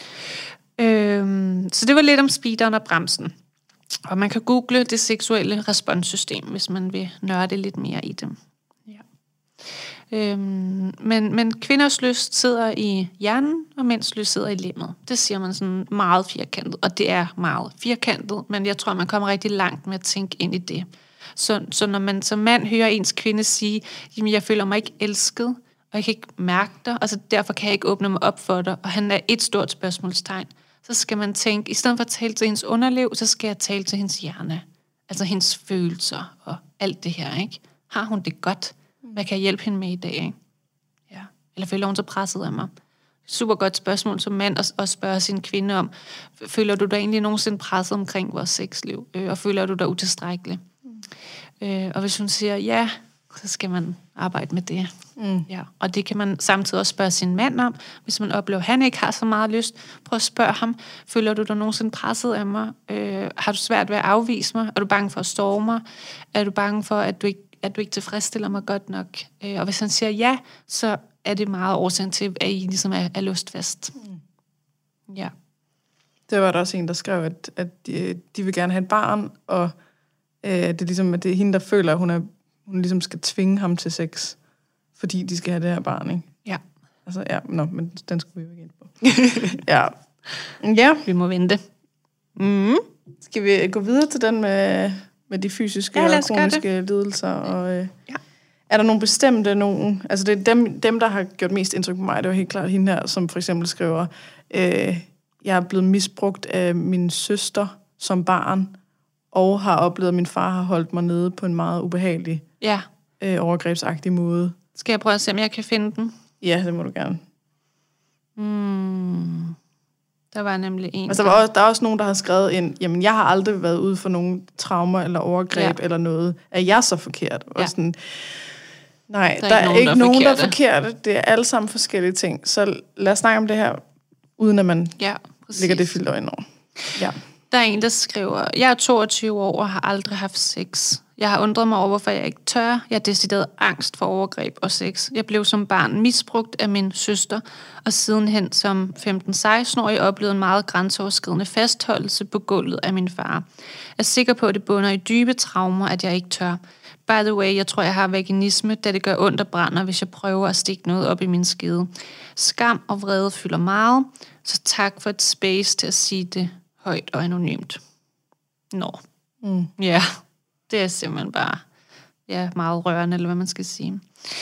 Så det var lidt om speederen og bremsen. Og man kan google det seksuelle responssystem, hvis man vil nørde lidt mere i dem. Men kvinders lyst sidder i hjernen, og mænds lyst sidder i lemmet. Det siger man sådan meget firkantet, og det er meget firkantet, men jeg tror, man kommer rigtig langt med at tænke ind i det. Så når man som mand hører ens kvinde sige, jamen jeg føler mig ikke elsket, og jeg kan ikke mærke dig, og så derfor kan jeg ikke åbne mig op for dig, og han er et stort spørgsmålstegn. Så skal man tænke, i stedet for at tale til hendes underliv, så skal jeg tale til hendes hjerne. Altså hendes følelser og alt det her, ikke? Har hun det godt? Hvad kan jeg hjælpe hende med i dag, ikke? Ja. Eller føler hun så presset af mig? Super godt spørgsmål som mand at spørge sin kvinde om. Føler du dig egentlig nogensinde presset omkring vores sexliv? Og føler du dig utilstrækkelig? Og hvis hun siger ja, så skal man arbejde med det. Ja. Og det kan man samtidig også spørge sin mand om. Hvis man oplever, at han ikke har så meget lyst, prøv at spørge ham. Føler du dig nogensinde presset af mig? Har du svært ved at afvise mig? Er du bange for at storme mig? Er du bange for, at du ikke tilfredsstiller mig godt nok? Og hvis han siger ja, så er det meget årsagen til, at I ligesom er låst fast. Ja. Det var der også en, der skrev, at de vil gerne have et barn, og det er ligesom, at det er hende, der føler, at hun ligesom skal tvinge ham til sex, fordi de skal have det her barn, ikke? Ja. Altså, ja, men den skulle vi jo ikke ind på. Ja. Ja. Vi må vente. Skal vi gå videre til den med de fysiske og kroniske lidelser? Og, er der nogle bestemte altså det er dem, der har gjort mest indtryk på mig, det var helt klart hende her, som for eksempel skriver, jeg er blevet misbrugt af min søster som barn, og har oplevet, at min far har holdt mig nede på en meget ubehagelig, overgrebsagtig måde. Skal jeg prøve at se, om jeg kan finde den? Ja, det må du gerne. Der var nemlig en. Altså, der er også nogen, der har skrevet ind, jamen, jeg har aldrig været ude for nogen traumer eller overgreb eller noget. Er jeg så forkert? Og sådan, nej, der er ikke nogen, der er forkerte. Det er alle sammen forskellige ting. Så lad os snakke om det her, uden at man lægger det filter ind over. Ja. Der er en, der skriver, jeg er 22 år og har aldrig haft sex. Jeg har undret mig over, hvorfor jeg ikke tør. Jeg har decideret angst for overgreb og sex. Jeg blev som barn misbrugt af min søster, og sidenhen som 15-16-årig oplevede en meget grænseoverskridende fastholdelse på gulvet af min far. Jeg er sikker på, at det bunder i dybe traumer, at jeg ikke tør. By the way, jeg tror, jeg har vaginisme, da det gør ondt og brænder, hvis jeg prøver at stikke noget op i min skede. Skam og vrede fylder meget, så tak for et space til at sige det højt og anonymt. Ja, det er simpelthen bare meget rørende, eller hvad man skal sige.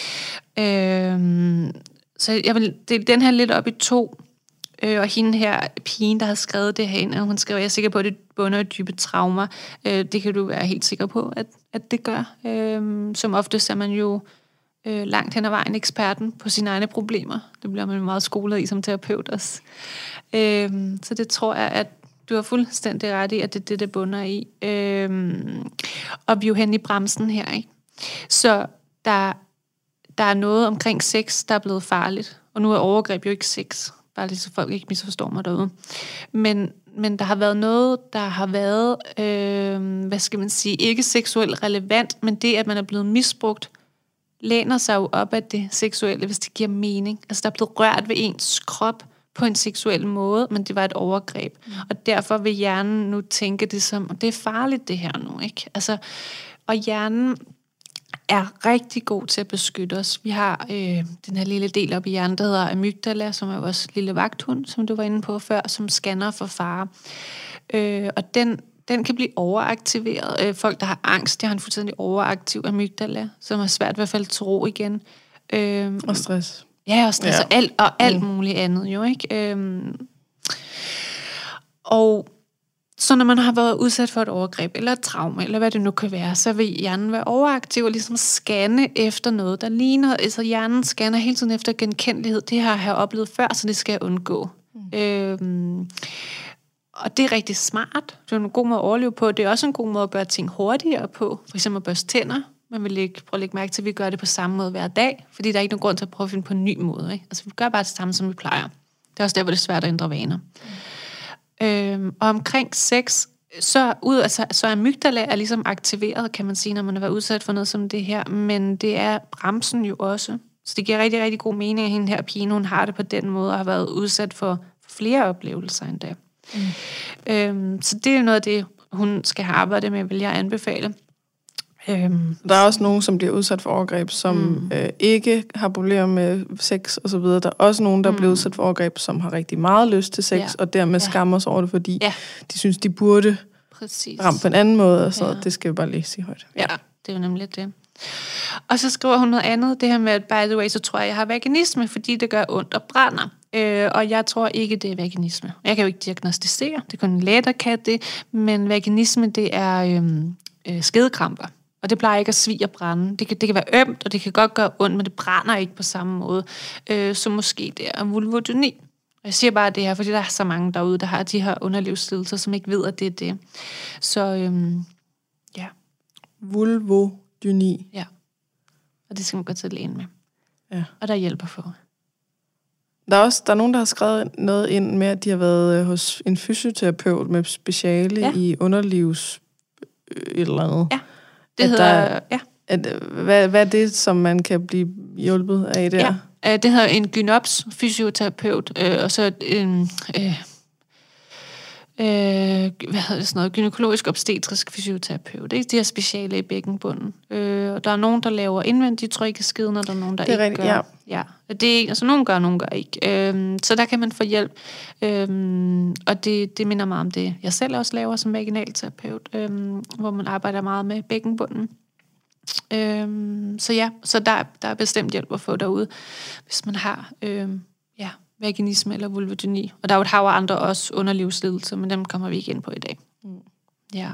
Så jeg vil dele den her lidt op i to. Og hende her, pigen, der har skrevet det herinde, hun skriver, jeg er sikker på, at det bunder i dybe traumer. Det kan du være helt sikker på, at det gør. Som oftest er man jo langt hen ad vejen eksperten på sine egne problemer. Det bliver man meget skolet i som terapeut også. Så det tror jeg, at du har fuldstændig ret i, at det er det bunder i. Og vi er jo hen i bremsen her, ikke? Så der er noget omkring sex, der er blevet farligt. Og nu er overgreb jo ikke sex. Bare lige så folk ikke misforstår mig derude. Men der har været noget, der har været, hvad skal man sige, ikke seksuelt relevant, men det, at man er blevet misbrugt, læner sig jo op af det seksuelle, hvis det giver mening. Altså, der er blevet rørt ved ens krop på en seksuel måde, men det var et overgreb. Og derfor vil hjernen nu tænke det som, det er farligt det her nu, ikke? Altså, og hjernen er rigtig god til at beskytte os. Vi har den her lille del op i hjernen, der hedder amygdala, som er vores lille vagthund, som du var inde på før, som scanner for fare. Og den kan blive overaktiveret. Folk, der har angst, de har en fuldstændig overaktiv amygdala, som har svært ved at falde til ro igen. Og stress. Ja, og stress og alt muligt andet jo, ikke? Og så når man har været udsat for et overgreb, eller et traume, eller hvad det nu kan være, så vil hjernen være overaktiv og ligesom scanne efter noget, der ligner. Altså hjernen scanner hele tiden efter genkendelighed. Det har jeg oplevet før, så det skal jeg undgå. Og det er rigtig smart. Det er en god måde at overleve på. Det er også en god måde at gøre ting hurtigere på. For eksempel at børste tænder. Man vil prøve at lægge mærke til, at vi gør det på samme måde hver dag, fordi der er ikke nogen grund til at prøve at finde på en ny måde. Ikke? Altså vi gør bare det samme, som vi plejer. Det er også der, hvor det er svært at ændre vaner. Og omkring sex, så amygdala er ligesom aktiveret, kan man sige, når man har været udsat for noget som det her, men det er bremsen jo også. Så det giver rigtig, rigtig god mening, at hende her pige, hun har det på den måde, og har været udsat for flere oplevelser endda. Så det er noget af det, hun skal have arbejdet med, vil jeg anbefale. Der er også nogen, som bliver udsat for overgreb, som ikke har problemer med sex og så videre. Der er også nogen, der bliver udsat for overgreb, som har rigtig meget lyst til sex, og dermed skammer sig over det, fordi de synes, de burde ramme på en anden måde, og så det skal vi bare lige sige højt. Ja, det er jo nemlig det. Og så skriver hun noget andet, det her med, at by the way, så tror jeg har vaginisme, fordi det gør ondt og brænder. Og jeg tror ikke, det er vaginisme. Jeg kan jo ikke diagnostisere, det er kun en læge, der kan det, men vaginisme, det er skedekramper. Og det plejer ikke at svige og brænde. Det kan være ømt, og det kan godt gøre ondt, men det brænder ikke på samme måde. Så måske det er vulvodyni. Jeg siger bare det her, fordi der er så mange derude, der har de her underlivslidelser, som ikke ved, at det er det. Så ja. Vulvodyni. Ja. Og det skal man gå til lægen med. Ja. Og der hjælper for. Der er nogen, der har skrevet noget ind med, at de har været hos en fysioterapeut med speciale i underlivs et eller andet. Ja, det hedder... Hvad er det, som man kan blive hjulpet af der? Ja, det hedder en gynops fysioterapeut, og så en... hvad hedder det sådan noget, gynækologisk obstetrisk fysioterapeut, ikke? De har speciale i bækkenbunden. Og der er nogen, der laver indvendig trykkeskeden, og der er nogen, der ikke gør. Ja. Det er, altså nogen gør, nogen gør ikke. Så der kan man få hjælp. Og det minder meget om det, jeg selv også laver som vaginalterapeut, hvor man arbejder meget med bækkenbunden. Så der er bestemt hjælp at få derude, hvis man har vaginisme eller vulvodyni. Og der er jo et hav af andre også underlivslidelser, men dem kommer vi ikke ind på i dag. Ja.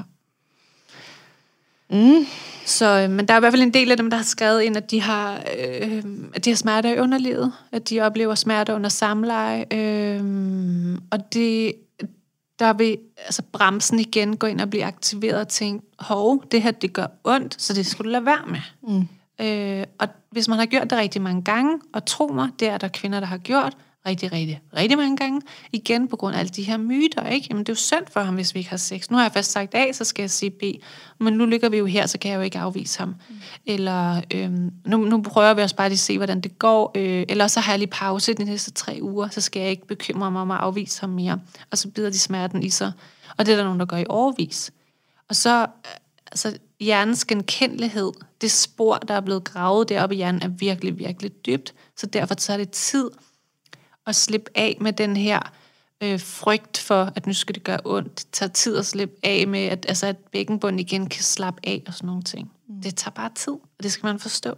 Så, men der er i hvert fald en del af dem, der har skrevet ind, at de har smerter i underlivet, at de oplever smerter under samleje, og der vil altså bremsen igen gå ind og blive aktiveret og tænke, det her, det gør ondt, så det skulle du lade være med. Og hvis man har gjort det rigtig mange gange, og tro mig, det er der kvinder, der har gjort rigtig mange gange, igen på grund af alle de her myter, ikke? Jamen, det er jo synd for ham, hvis vi ikke har sex. Nu har jeg først sagt A, så skal jeg sige B, men nu ligger vi jo her, så kan jeg jo ikke afvise ham. Eller nu prøver vi også bare at se, hvordan det går, eller så har jeg lige pause de næste 3 uger, så skal jeg ikke bekymre mig om at afvise ham mere. Og så bider de smerten i sig. Og det er der nogen, der gør i årevis. Og så, hjernens genkendelighed, det spor, der er blevet gravet deroppe i hjernen, er virkelig, virkelig dybt. Så derfor tager det tid at slippe af med den her frygt for, at nu skal det gøre ondt. Det tager tid at slippe af med, at bækkenbunden igen kan slappe af og sådan nogle ting. Det tager bare tid, og det skal man forstå.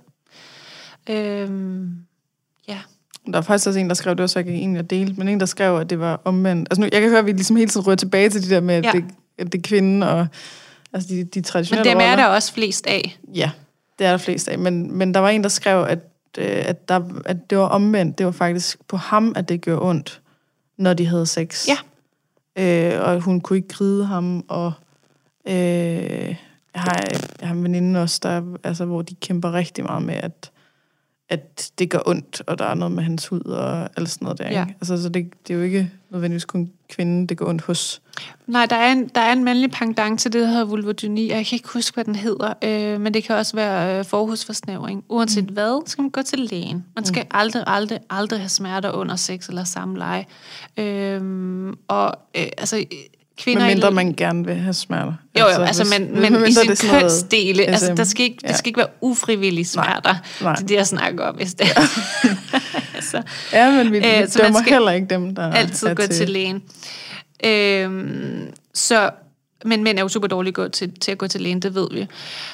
Der er faktisk også en, der skrev, det var så ikke en, jeg delte, men en, der skrev, at det var omvendt. Altså nu, jeg kan høre, at vi ligesom hele tiden rører tilbage til de der med, at det er kvinden og altså de traditionelle roller. Men dem er der også flest af. Ja, det er der flest af. Men der var en, der skrev, at det var omvendt. Det var faktisk på ham, at det gjorde ondt, når de havde sex. Ja. Og hun kunne ikke gride ham, og jeg har en veninde også, hvor de kæmper rigtig meget med, at det gør ondt, og der er noget med hans hud og alt sådan noget der. Ja. Ikke? Altså, så det er jo ikke nødvendigvis kun kvinden, det går ondt hos. Nej, der er en mandlig pendant til det, der hedder vulvodyni. Jeg kan ikke huske, hvad den hedder, men det kan også være forhudsforsnævring. Uanset hvad, skal man gå til lægen. Man skal aldrig have smerter under sex eller samleje. Kvinder... Men mindre man gerne vil have smerter. Men i sin kønsdele. Altså, det skal ikke være ufrivillige smerter. Nej. Det er det, jeg snakker om, hvis det er. Men vi dømmer heller ikke dem, der altid gå til lægen. Men mænd er jo super dårlige til at gå til lægen, det ved vi.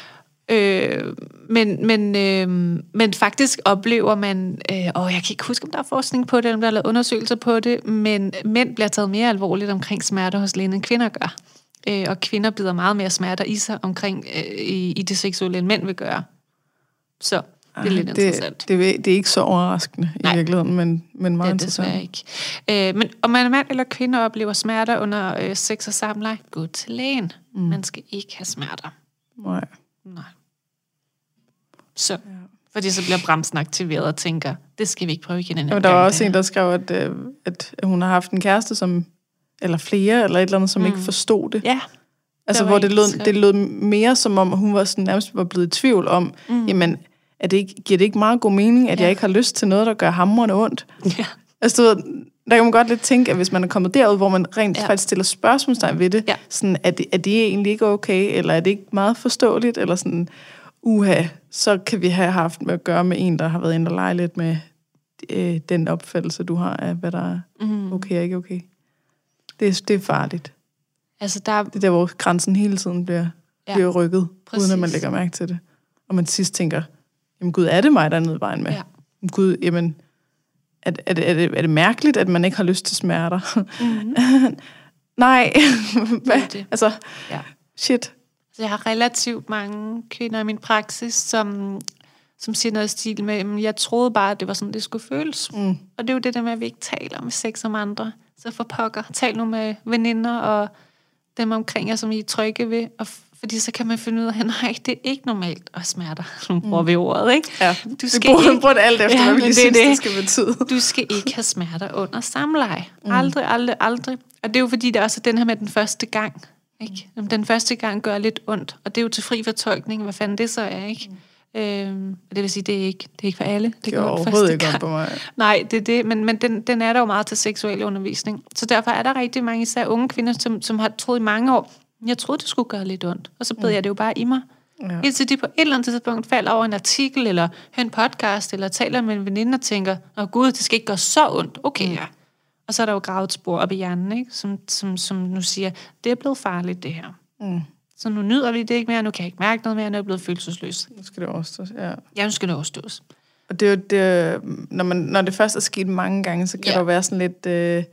Men faktisk oplever man, jeg kan ikke huske, om der er forskning på det, om der er lavet undersøgelser på det, men mænd bliver taget mere alvorligt omkring smerter hos lægen, end kvinder gør. Og kvinder bider meget mere smerter i sig omkring i det seksuelle, end mænd vil gøre. Så det er lidt interessant. Det er ikke så overraskende i virkeligheden, men meget interessant. Det desværre ikke. Men om man er mand eller kvinde oplever smerter under sex og samleje, gå til lægen. Man skal ikke have smerter. Nej. Så, fordi så bliver bremsen aktiveret og tænker, det skal vi ikke prøve igen. Der var også en, der skrev, at hun har haft en kæreste, eller flere, eller et eller andet, som ikke forstod det. Ja. Altså, hvor det lød mere som om, hun var sådan, nærmest var blevet i tvivl om, jamen, giver det ikke meget god mening, at jeg ikke har lyst til noget, der gør hamrende ondt? Ja. Altså, der kan man godt lidt tænke, at hvis man er kommet derud, hvor man rent faktisk stiller spørgsmålstegn ved det, sådan, er det egentlig ikke okay, eller er det ikke meget forståeligt, eller sådan, så kan vi have haft med at gøre med en, der har været inde og lege lidt med den opfattelse, du har af, hvad der er okay og ikke okay. Det er farligt. Altså, det er der, hvor grænsen hele tiden bliver rykket, uden at man lægger mærke til det. og man til sidst tænker, jamen Gud, er det mig, der er nede i vejen med? Ja. Gud, jamen, er det mærkeligt, at man ikke har lyst til smerter? Mm-hmm. Nej. Det. Altså, shit. Så jeg har relativt mange kvinder i min praksis, som siger noget i stil med, jeg troede bare, at det var sådan, det skulle føles. Mm. Og det er jo det der med, at vi ikke taler med sex om andre. Så for pokker, tal nu med veninder og dem omkring jer, som I er trygge ved. Og fordi så kan man finde ud af, at nej, det er ikke normalt at smerter. Nu bruger vi ordet, ikke? Ja, du skal ikke bruge det alt efter, hvad vi lige synes, det skal betyde. Du skal ikke have smerter under samleje. Aldrig. Og det er jo fordi, der også er den her med den første gang. Ikke? Den første gang gør lidt ondt, og det er jo til fri fortolkning, hvad fanden det så er, ikke? Det vil sige, det er ikke for alle. Det gør overhovedet ikke godt på mig. Nej, det er det, men den er der jo meget til seksuel undervisning. Så derfor er der rigtig mange, især unge kvinder, som har troet i mange år, jeg troede, det skulle gøre lidt ondt, og så bed jeg det jo bare i mig. Ja. Indtil de på et eller andet tidspunkt falder over en artikel, eller hører en podcast, eller taler med en veninde og tænker, gud, det skal ikke gøre så ondt. Okay, ja. Og så er der jo gravet et spor op i hjernen, ikke? Som nu siger, det er blevet farligt, det her. Mm. Så nu nyder vi det ikke mere, nu kan jeg ikke mærke noget mere, nu er jeg blevet følelsesløs. Nu skal det overstås, ja. Ja, nu skal det overstås. Og det er jo det, når det først er sket mange gange, så kan der jo være sådan lidt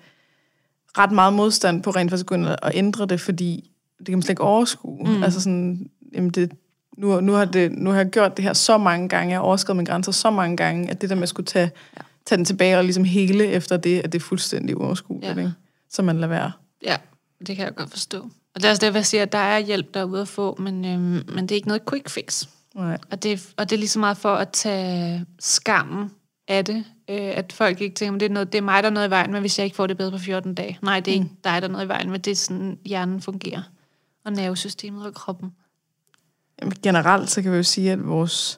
ret meget modstand på rent faktisk at ændre det, fordi det kan man slet ikke overskue. Mm. Altså sådan, jamen nu har jeg gjort det her så mange gange, jeg har overskredet mine grænser så mange gange, at det der med at skulle tage den tilbage og ligesom hele efter det, at det er fuldstændig uoverskueligt, ikke? Så man lader være. Ja, det kan jeg godt forstå. Og det er også det, jeg siger, at der er hjælp derude at få, men det er ikke noget quick fix. Nej. Og det er lige så meget for at tage skammen af det, at folk ikke tænker, det er mig, der er noget i vejen med, hvis jeg ikke får det bedre på 14 dage. Nej, det er ikke dig, der er noget i vejen med, det er sådan, hjernen fungerer. Og nervesystemet og kroppen. Jamen, generelt, så kan vi jo sige, at vores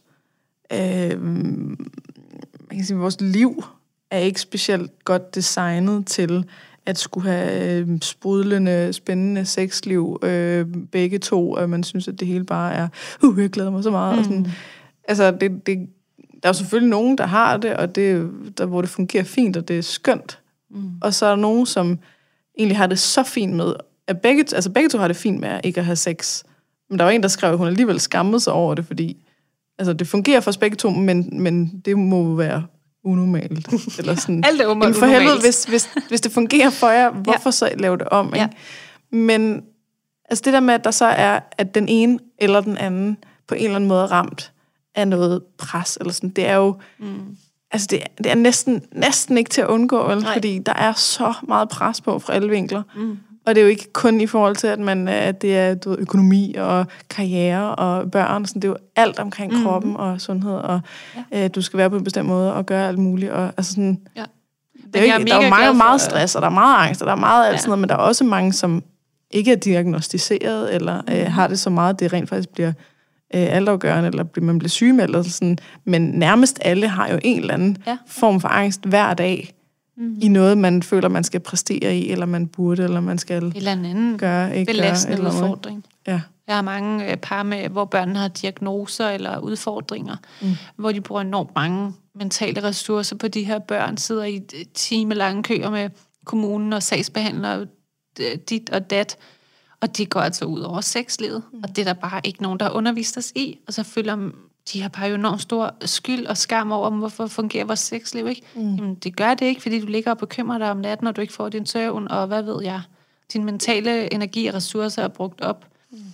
liv er ikke specielt godt designet til at skulle have sprudlende, spændende sexliv, begge to, og man synes, at det hele bare er, jeg glæder mig så meget. Og sådan. Altså, der er jo selvfølgelig nogen, der har det, og hvor det fungerer fint, og det er skønt. Og så er der nogen, som egentlig har det så fint med, at begge to har det fint med ikke at have sex. Men der var en, der skrev, at hun alligevel skammede sig over det, fordi det fungerer for os begge to, men det må være unormalt. Eller sådan. Alt er unormalt. For helvede, hvis det fungerer for jer, hvorfor så lave det om? Ikke? Ja. Men det der med, at der så er, at den ene eller den anden på en eller anden måde ramt af noget pres, eller sådan, det er jo det er næsten ikke til at undgå, vel? Fordi der er så meget pres på fra alle vinkler. Og det er jo ikke kun i forhold til, at det er økonomi og karriere og børn. Sådan, det er jo alt omkring kroppen og sundhed, og du skal være på en bestemt måde og gøre alt muligt. Og, sådan, det er jo ikke, der er jo meget stress, og der er meget angst, og der er meget alt sådan noget, men der er også mange, som ikke er diagnostiseret, eller har det så meget, at det rent faktisk bliver altafgørende, eller man bliver sygemeldt, eller sådan. Men nærmest alle har jo en eller anden form for angst hver dag, i noget, man føler, man skal præstere i, eller man burde, eller man skal eller anden gøre, ikke belastende eller udfordring. Ja. Jeg har mange par med, hvor børnene har diagnoser eller udfordringer, hvor de bruger enormt mange mentale ressourcer på de her børn, sidder i timelange køer med kommunen og sagsbehandler dit og dat, og det går altså ud over sexlivet, og det er der bare ikke nogen, der har undervist os i, og så føler de har bare jo enormt stor skyld og skam over, hvorfor fungerer vores sexliv, ikke? Jamen, det gør det ikke, fordi du ligger og bekymrer dig om natten, og du ikke får din søvn, og hvad ved jeg. Din mentale energi og ressourcer er brugt op.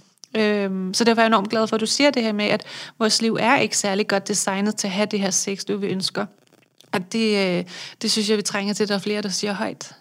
Så derfor er jeg enormt glad for, at du siger det her med, at vores liv er ikke særlig godt designet til at have det her sexliv, vi ønsker. Og det synes jeg, vi trænger til, at der er flere, der siger højt.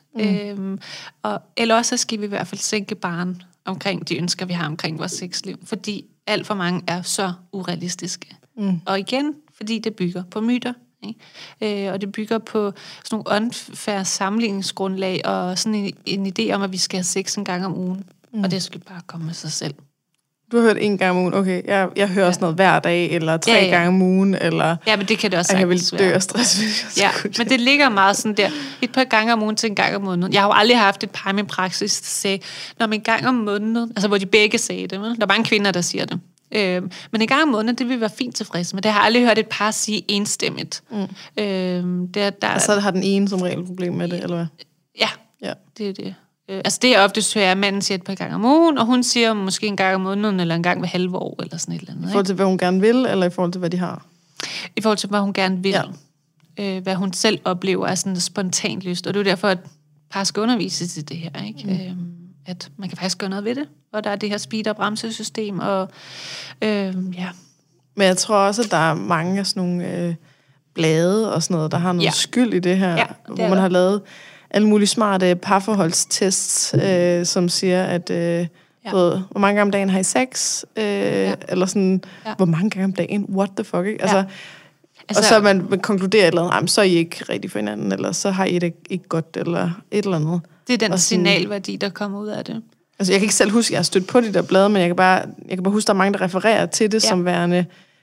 Eller også skal vi i hvert fald sænke barren omkring de ønsker, vi har omkring vores sexliv. Fordi alt for mange er så urealistiske. Og igen, fordi det bygger på myter. Ikke? Og det bygger på sådan nogle unfair sammenligningsgrundlag, og sådan en idé om, at vi skal have sex en gang om ugen. Og det skal bare komme med sig selv. Du har hørt en gang om ugen, okay, jeg hører også noget hver dag, eller 3 gange om ugen, eller... Ja, men det kan det også sagtens være. Jeg vil dø af stress, hvis jeg skulle men det ligger meget sådan der, et par gange om ugen til en gang om måneden. Jeg har jo aldrig haft et par i min praksis, der sagde, når man en gang om måneden, altså hvor de begge sagde det, der er mange kvinder, der siger det. Men en gang om måneden, det vil være fint tilfreds med. Det har jeg aldrig hørt et par sige enstemmigt. Så har den ene som regel problem med det, eller hvad? Ja. Det er det. Altså det er oftest hører, at manden siger et par gange om ugen, og hun siger måske en gang om måneden, eller en gang hver halve år, eller sådan et eller andet. I forhold til, hvad hun gerne vil, eller i forhold til, hvad de har? I forhold til, hvad hun gerne vil. Ja. Hvad hun selv oplever er sådan spontant lyst. Og det er jo derfor, at par skal undervises i det her, ikke? At man kan faktisk gøre noget ved det. Og der er det her speed- og bremsesystem, og Men jeg tror også, at der er mange af sådan nogle blade og sådan noget, der har noget skyld i det her, hvor man har lavet alle mulige smarte parforholdstests, som siger, at hvor mange gange om dagen har I sex? Eller sådan, hvor mange gange om dagen? What the fuck, ikke? Altså, og så man konkluderer et eller andet, så er I ikke rigtig for hinanden, eller så har I det ikke godt, eller et eller andet. Det er den signalværdi, der kommer ud af det. Altså, jeg kan ikke selv huske, at jeg har stødt på de der blade, men jeg kan bare huske, at der er mange, der refererer til det som værende...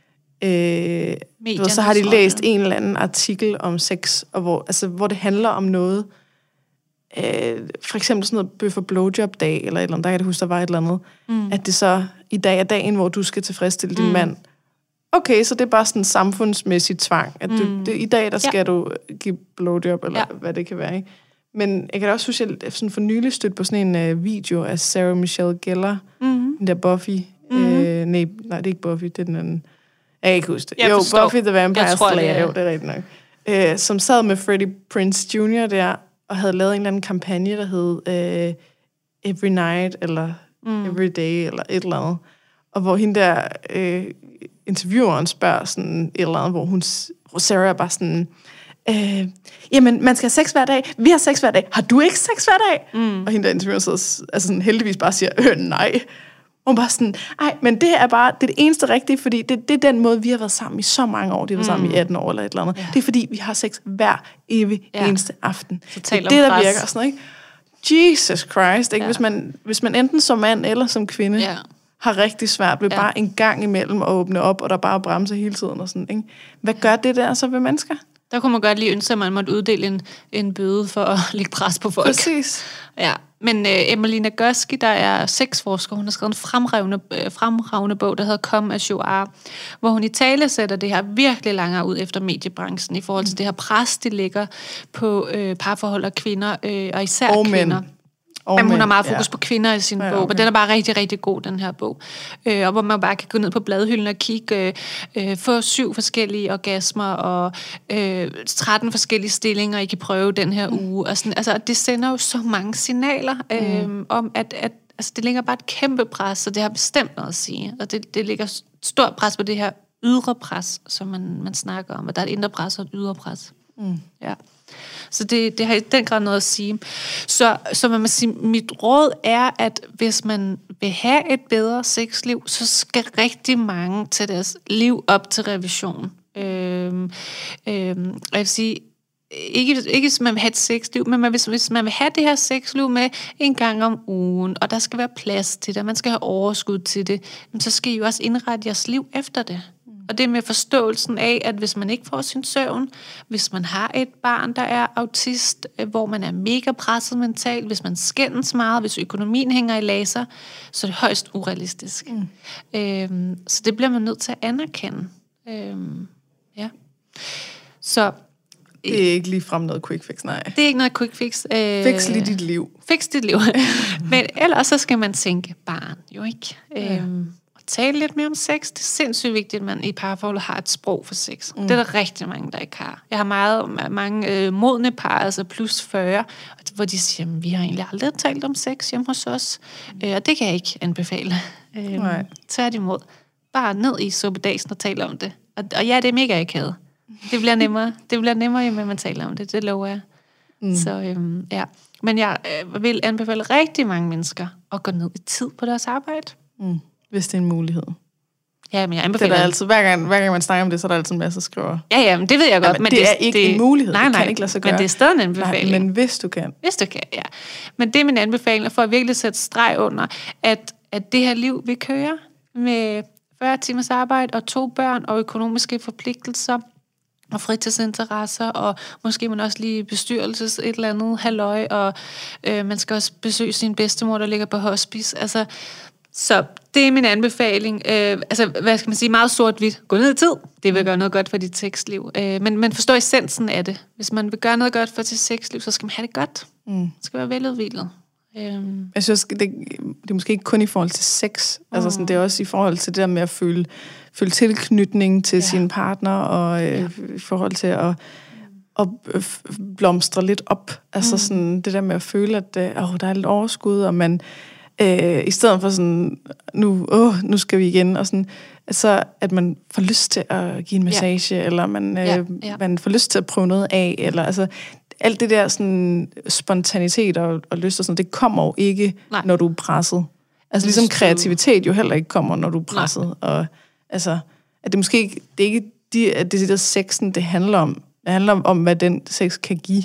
så har de læst en eller anden artikel om sex, og hvor det handler om noget, for eksempel sådan noget bøf og blowjob dag, eller et eller andet, der kan jeg huske, der var et eller andet, at det så i dag er dagen, hvor du skal tilfredsstille din mand. Okay, så det er bare sådan en samfundsmæssig tvang, at i dag, der skal du give blowjob, eller hvad det kan være, ikke? Men jeg kan da også huske, at jeg sådan for nylig stødt på sådan en video af Sarah Michelle Gellar, den der Buffy. Nej, det er ikke Buffy, det er den anden. Jeg kan ikke huske det. Jo, Buffy the Vampire Slayer, jo, det er rigtigt nok. Som sad med Freddie Prinze Jr. der, og havde lavet en eller anden kampagne, der hed Every Night, eller Every Day, eller et eller andet. Og hvor hende der intervieweren spørger sådan et eller andet, hvor Sarah er bare sådan... jamen, man skal have sex hver dag. Vi har sex hver dag. Har du ikke sex hver dag? Og hende der interviewer så sådan, heldigvis bare siger, nej. Og hun bare sådan, men det er bare det eneste rigtige, fordi det er den måde, vi har været sammen i så mange år. De har været sammen i 18 år eller et eller andet. Ja. Det er fordi, vi har sex hver evig eneste aften. Det er det, der virker og sådan, ikke? Jesus Christ, ikke? Hvis man enten som mand eller som kvinde har rigtig svært ved bare en gang imellem at åbne op, og der bare bremser hele tiden og sådan, ikke? Hvad gør det der så ved mennesker? Der kunne man godt lige ønske, at man måtte uddele en bøde for at lægge pres på folk. Præcis. Ja, men Emily Nagoski, der er sexforsker, hun har skrevet en fremragende bog, der hedder Come As You Are, hvor hun i tale sætter det her virkelig længere ud efter mediebranchen, i forhold til det her pres, de lægger på parforhold og kvinder, og især kvinder. Jamen, hun har meget fokus på kvinder i sin bog, og den er bare rigtig, rigtig god, den her bog. Og hvor man bare kan gå ned på bladhylden og kigge, få 7 forskellige orgasmer og 13 forskellige stillinger, I kan prøve den her uge. Og sådan, altså, det sender jo så mange signaler om, at altså, det ligger bare et kæmpe pres, og det har bestemt noget at sige. Og det ligger stort pres på det her ydre pres, som man snakker om, og der er et indre pres og et ydre pres. Ja. Så det har i den grad noget at sige. Så man må sige, mit råd er, at hvis man vil have et bedre sexliv, så skal rigtig mange tage deres liv op til revision. Jeg vil sige, ikke hvis man vil have et sexliv, men hvis man vil have det her sexliv med en gang om ugen, og der skal være plads til det, og man skal have overskud til det, så skal I jo også indrette jeres liv efter det. Og det med forståelsen af, at hvis man ikke får sin søvn, hvis man har et barn, der er autist, hvor man er mega presset mentalt, hvis man skændes meget, hvis økonomien hænger i laser, så er det højst urealistisk. Så det bliver man nødt til at anerkende. Ja. Så det er ikke ligefrem noget quick fix, nej. Det er ikke noget quick fix. Fix lige dit liv. Fix dit liv. Men ellers så skal man tænke barn, jo ikke? Tale lidt mere om sex. Det er sindssygt vigtigt, at man i parforhold har et sprog for sex. Det er der rigtig mange, der ikke har. Jeg har mange modne par, altså plus 40, hvor de siger, vi har egentlig aldrig talt om sex hjemme hos os. Og det kan jeg ikke anbefale. Tværtimod. Bare ned i suppedasen og tale om det. Og ja, det er mega akavet. Det bliver nemmere. Det bliver nemmere, med at man taler om det. Det lover jeg. Så ja. Men jeg vil anbefale rigtig mange mennesker at gå ned i tid på deres arbejde. Hvis det er en mulighed. Ja, men jeg anbefaler... Det er altid, hver gang man snakker om det, så er der altid en masse skriver. Ja, men det ved jeg godt. Men det er ikke en mulighed. Nej, det kan ikke lade sig gøre. Men det er stadig en anbefaling. Nej, men hvis du kan. Hvis du kan, ja. Men det er min anbefaling, for at virkelig sætte streg under, at det her liv, vi kører med 40 timers arbejde og 2 børn og økonomiske forpligtelser og fritidsinteresser, og måske man også lige bestyrelses et eller andet halløj, og man skal også besøge sin bedstemor, der ligger på hospice. Altså, så det er min anbefaling. Hvad skal man sige? Meget sort-hvidt. Gå ned i tid. Det vil gøre noget godt for dit sexliv. Men forstå essensen af det. Hvis man vil gøre noget godt for sit sexliv, så skal man have det godt. Det skal være veludviklet. Jeg synes, det er måske ikke kun i forhold til sex. Altså sådan, det er også i forhold til det der med at føle tilknytning til sin partner, og i forhold til at blomstre lidt op. Altså sådan, det der med at føle, at der er lidt overskud, og man i stedet for sådan, nu skal vi igen, og sådan, så at man får lyst til at give en massage, eller man får lyst til at prøve noget af, eller altså alt det der sådan spontanitet og lyst og sådan, det kommer jo ikke, når du er presset. Altså ligesom kreativitet jo heller ikke kommer, når du er presset. Og altså, at det måske ikke, det er ikke at det der sexen, det handler om. Det handler om, hvad den sex kan give.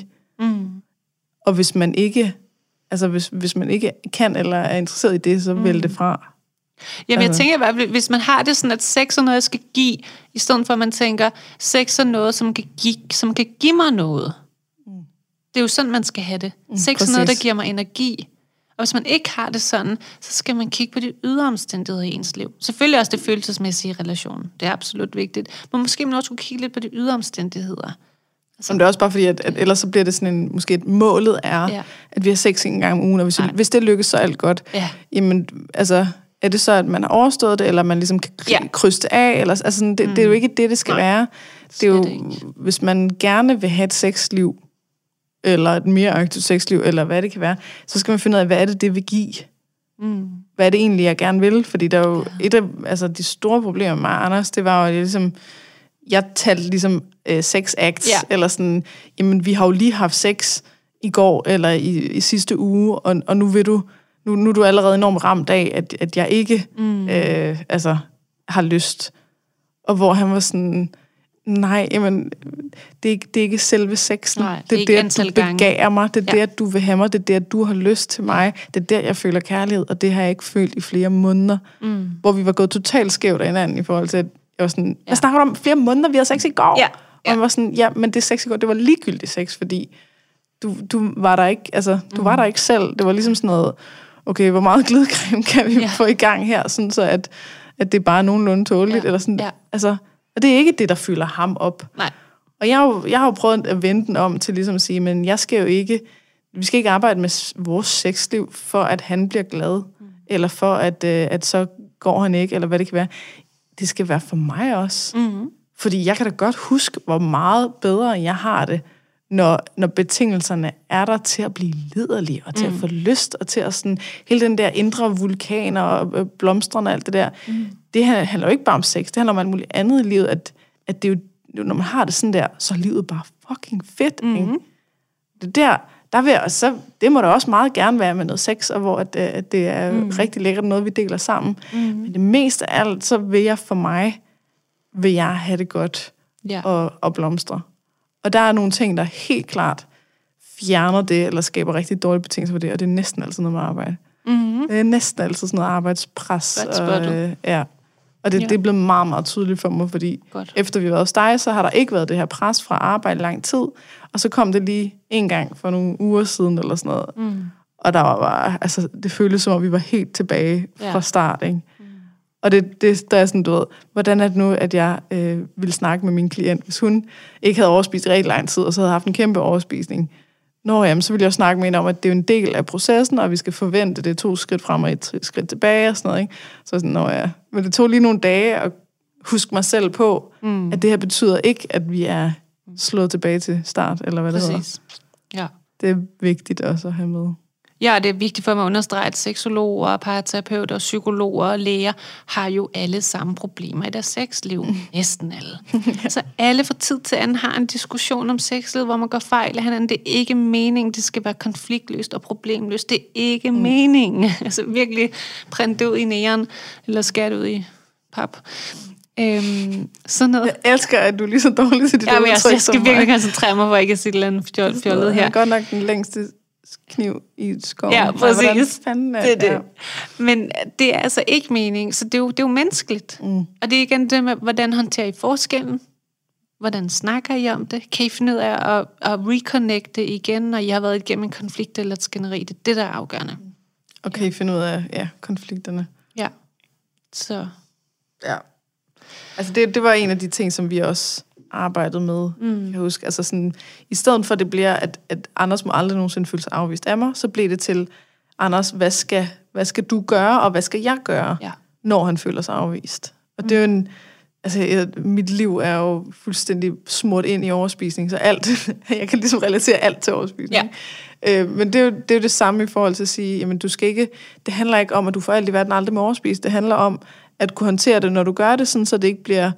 Og hvis man ikke, altså hvis man ikke kan eller er interesseret i det, så vælg det fra. Jamen jeg tænker bare, hvis man har det sådan, at sex er noget, jeg skal give, i stedet for at man tænker, sex er noget, som kan give mig noget. Det er jo sådan, man skal have det. Sex er noget, der giver mig energi. Og hvis man ikke har det sådan, så skal man kigge på de ydre omstændigheder i ens liv. Selvfølgelig også det følelsesmæssige i relationen. Det er absolut vigtigt. Men måske man også skulle kigge lidt på de ydre omstændigheder. Altså, det er også bare fordi, at ellers så bliver det sådan en, måske et målet er, at vi har sex en gang om ugen, og hvis det lykkes, så alt godt. Jamen, altså, er det så, at man har overstået det, eller man ligesom kan krydse det af? Eller, altså, det er jo ikke det skal være. Det er jo, hvis man gerne vil have et sexliv, eller et mere aktivt sexliv, eller hvad det kan være, så skal man finde ud af, hvad er det vil give? Hvad er det egentlig, jeg gerne vil? Fordi der er jo et af de store problemer med Anders, det var jo ligesom, jeg talte ligesom sex acts, eller sådan, jamen vi har jo lige haft sex i går, eller i sidste uge, og nu vil du, nu er du allerede enormt ramt af, at jeg ikke har lyst. Og hvor han var sådan, nej, jamen, det er ikke selve sexen. Nej, det er det, at du begærer mig. Det er det, at du vil have mig. Det er det, at du har lyst til mig. Det er der, jeg føler kærlighed, og det har jeg ikke følt i flere måneder. Hvor vi var gået totalt skævt af hinanden i forhold til, at jeg var sådan, hvad snakker du om? Flere måneder? Vi havde sex i går. Og jeg var sådan, men det sex i går, det var ligegyldigt sex, fordi du var der ikke, altså, du var der ikke selv. Det var ligesom sådan noget, okay, hvor meget glidecreme kan vi få i gang her, sådan så at det er bare nogenlunde tåligt, eller sådan, altså. Og det er ikke det, der fylder ham op. Nej. Og jeg har jo prøvet at vende den om til ligesom at sige, men vi skal ikke arbejde med vores sexliv, for at han bliver glad, eller for at så går han ikke, eller hvad det kan være. Det skal være for mig også. Fordi jeg kan da godt huske, hvor meget bedre jeg har det, når betingelserne er der til at blive liderlige, og til at få lyst, og til at sådan, hele den der indre vulkan, og blomstrende og alt det der. Det handler jo ikke bare om sex, det handler om alt muligt andet i livet, at det er jo, når man har det sådan der, så er livet bare fucking fedt, ikke? Det der vil jeg, så det må da også meget gerne være med noget sex, og hvor at det er rigtig lækkert noget, vi deler sammen. Men det meste af alt, så vil jeg have det godt, og blomstre. Og der er nogle ting, der helt klart fjerner det, eller skaber rigtig dårlige betingelser for det, og det er næsten altid noget med arbejde. Det er næsten altid sådan noget arbejdspres. Og det er blevet meget, meget tydeligt for mig, fordi efter vi har været hos dig, så har der ikke været det her pres fra arbejde i lang tid, og så kom det lige en gang for nogle uger siden, eller sådan noget. Og der var bare, altså, det føltes som om, vi var helt tilbage fra start, ikke? Og det der er sådan, du ved, hvordan er det nu, at jeg ville snakke med min klient, hvis hun ikke havde overspist i rigtig lang tid, og så havde haft en kæmpe overspisning. Så ville jeg snakke med hende om, at det er en del af processen, og vi skal forvente, det er 2 skridt frem og 1 skridt tilbage, og sådan noget, ikke? Så sådan, men det tog lige nogle dage at huske mig selv på, at det her betyder ikke, at vi er slået tilbage til start, eller hvad det hedder. Ja. Det er vigtigt også at have med. Ja, det er vigtigt for mig at understrege, at seksologer, paraterapeuter, psykologer og læger har jo alle samme problemer i deres sexliv. Næsten alle. Så alle fra tid til anden har en diskussion om sexlivet, hvor man går fejl af hinanden. Det er ikke meningen, det skal være konfliktløst og problemløst. Det er ikke meningen. Altså virkelig print det ud i næren, eller skær det ud i pap. Sådan noget. Jeg elsker, at du er lige så dårlig til det der udtryk. Jeg skal virkelig koncentrere mig, for ikke at sige et eller andet fjollet her. Det er godt nok den længste kniv i skoven. Ja, præcis. Det. Ja. Men det er altså ikke mening, så det er jo menneskeligt. Og det er igen det med, hvordan håndterer I forskellen? Hvordan snakker I om det? Kan I finde ud af at reconnecte igen, når I har været igennem en konflikt eller et skænderi? Det er det, der er afgørende. Og kan I finde ud af konflikterne? Ja. Så. Ja. Altså det var en af de ting, som vi også arbejdet med. Jeg husker, altså sådan, i stedet for det bliver, at Anders må aldrig nogensinde føle sig afvist af mig, så blev det til, Anders, hvad skal du gøre, og hvad skal jeg gøre, når han føler sig afvist? Og det er jo mit liv er jo fuldstændig smurt ind i overspisning, så alt, jeg kan ligesom relatere alt til overspisning. Ja. Men det er jo det samme i forhold til at sige, jamen du skal ikke, det handler ikke om, at du for alt i verden aldrig må overspise, det handler om at kunne håndtere det, når du gør det, sådan, så det ikke bliver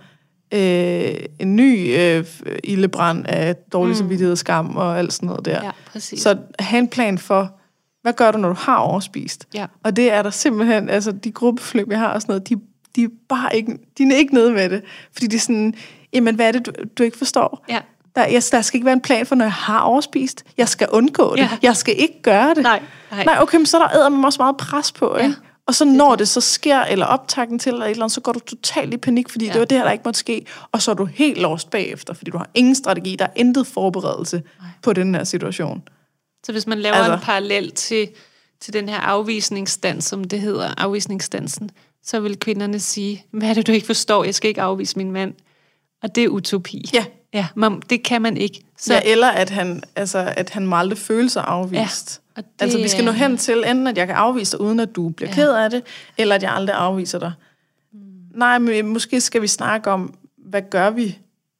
en ny ildebrand af dårlig samvittighed, skam og alt sådan noget der. Ja, præcis. Så have en plan for, hvad gør du, når du har overspist? Ja. Og det er der simpelthen, altså de gruppeforløb, jeg har og sådan noget, de er bare ikke, de er ikke nede med det. Fordi de er sådan, jamen hvad er det, du ikke forstår? Ja. Der skal ikke være en plan for, når jeg har overspist. Jeg skal undgå det. Ja. Jeg skal ikke gøre det. Nej, okay, men så er der også meget pres på, ikke? Og så når det så sker, eller optakten til, eller et eller andet, så går du totalt i panik, fordi det var det her, der ikke måtte ske. Og så er du helt lost bagefter, fordi du har ingen strategi, der er intet forberedelse på den her situation. Så hvis man laver en parallel til den her afvisningsdans, som det hedder, afvisningsdansen, så vil kvinderne sige, hvad er det, du ikke forstår? Jeg skal ikke afvise min mand. Og det er utopi. Ja, det kan man ikke. Så. Ja, eller at han må aldrig føle sig afvist. Ja, altså, vi skal nå hen til, enten at jeg kan afvise dig, uden at du bliver ked af det, eller at jeg aldrig afviser dig. Nej, men måske skal vi snakke om, hvad gør vi,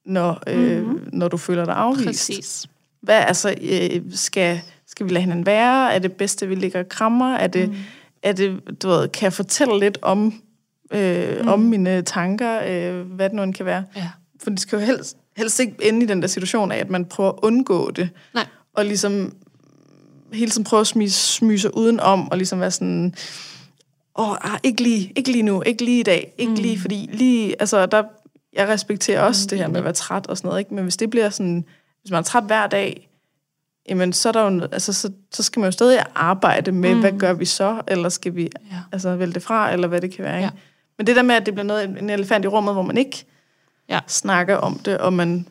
når du føler dig afvist? Præcis. Hvad, skal vi lade hinanden være? Er det bedste, vi ligger og krammer? Er det, du ved, kan jeg fortælle lidt om mine tanker, hvad det nu end kan være? Ja. For det skal jo helst ikke ende i den der situation af, at man prøver at undgå det. Nej. Og ligesom hele tiden prøver at smyge sig udenom, og ligesom være sådan, ikke lige nu, ikke lige i dag, ikke lige, fordi lige, jeg respekterer også det her med at være træt og sådan noget, ikke? Men hvis det bliver sådan, hvis man er træt hver dag, jamen så er der jo, så skal man jo stadig arbejde med, hvad gør vi så, eller skal vi vælge det fra, eller hvad det kan være, ikke? Ja. Men det der med, at det bliver noget, en elefant i rummet, hvor man ikke snakker om det, og man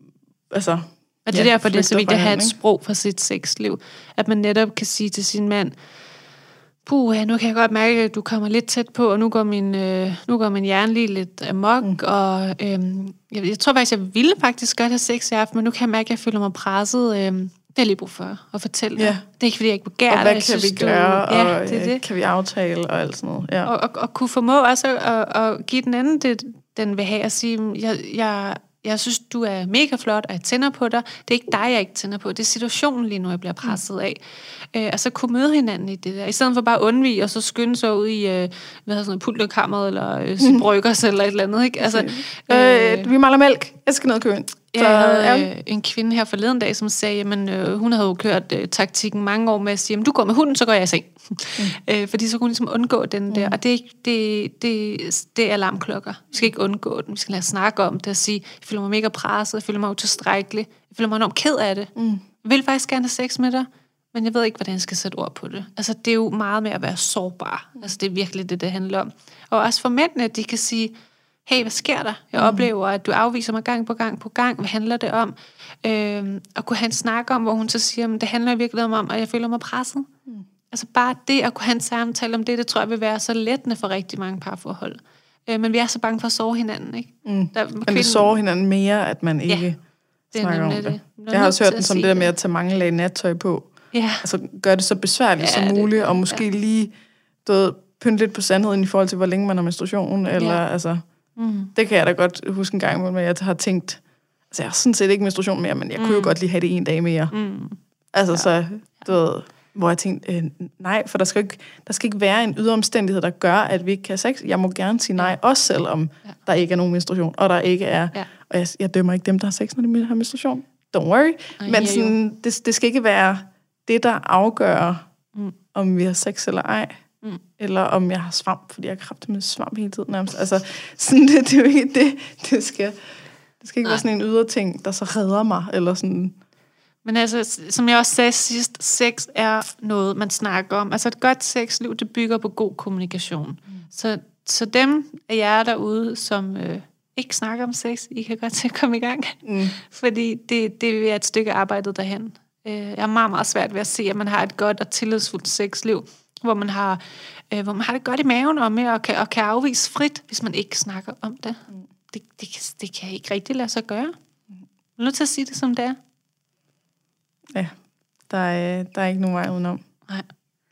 og det er derfor, det er så vigtigt at have et sprog for sit sexliv, at man netop kan sige til sin mand, nu kan jeg godt mærke, at du kommer lidt tæt på, og nu går min hjerne lige lidt amok, og jeg tror faktisk, jeg ville faktisk godt have sex i aften, men nu kan jeg mærke, at jeg føler mig presset. Det er lige brug for at fortælle dig. Det er ikke, fordi jeg ikke vil gøre det. Og hvad kan vi gøre, og kan vi aftale, og alt sådan noget. Ja. Og kunne formå også at give den anden den vil have at sige, jeg synes, du er mega flot, og jeg tænder på dig. Det er ikke dig, jeg ikke tænder på. Det er situationen lige nu, jeg bliver presset af. Og så kunne møde hinanden i det der. I stedet for bare at undvige, og så skynde sig ud i pulterkammeret, eller sit bryggers, eller et eller andet. Ikke? Altså, vi mangler mælk. Jeg skal ned og købe ind. Jeg havde en kvinde her forleden dag, som sagde, at hun havde jo kørt taktikken mange år med at sige, du går med hunden, så går jeg i seng. Fordi så kunne hun ligesom undgå den der. Og det er alarmklokker. Vi skal ikke undgå den. Vi skal lade snakke om det og sige, jeg føler mig mega presset, jeg føler mig utilstrækkelig, jeg føler mig enormt ked af det. Jeg vil faktisk gerne have sex med dig, men jeg ved ikke, hvordan jeg skal sætte ord på det. Altså, det er jo meget med at være sårbar. Altså, det er virkelig det handler om. Og også for mændene, de kan sige, hey, hvad sker der? Jeg oplever, at du afviser mig gang på gang. Hvad handler det om? Og kunne han snakke om, hvor hun så siger, det handler virkelig om, at jeg føler mig presset. Altså bare det at kunne have en samtale om det tror jeg vil være så lettende for rigtig mange parforhold. Men vi er så bange for at sove hinanden, ikke? Men det sover hinanden mere, at man ikke snakker om det. Jeg har også hørt den som det der med at tage mange lag nattøj på. Ja. Altså gør det så besværligt som muligt, og måske lige pynte lidt på sandheden i forhold til, hvor længe man har menstruation, eller det kan jeg da godt huske en gang, hvor jeg har tænkt, jeg har sådan set ikke menstruation mere, men jeg kunne jo godt lige have det en dag mere. Så, hvor jeg tænkte, nej, for der skal ikke være en ydre omstændighed, der gør, at vi ikke kan have sex. Jeg må gerne sige nej, også selvom der ikke er nogen menstruation, og der ikke er, og jeg dømmer ikke dem, der har sex, når de har menstruation. Don't worry. Men sådan, det skal ikke være det, der afgør, om vi har sex eller ej. Eller om jeg har svamp, fordi jeg har kræfter med svamp hele tiden nærmest. Altså, sådan, det er jo ikke det. Det skal ikke være sådan en ydre ting, der så redder mig, eller sådan. Men altså, som jeg også sagde sidst, sex er noget, man snakker om. Altså et godt sexliv, det bygger på god kommunikation. Så dem af jer derude, som ikke snakker om sex, I kan godt til at komme i gang. Fordi det er et stykke arbejdet derhen. Jeg er meget, meget svært ved at se, at man har et godt og tillidsfuldt sexliv, hvor man har det godt i maven og med og kan afvise frit, hvis man ikke snakker om det. Det kan ikke rigtig lade sig gøre. Jeg er nødt til at sige det, som det er. Ja, der er ikke nogen vej udenom. Nej.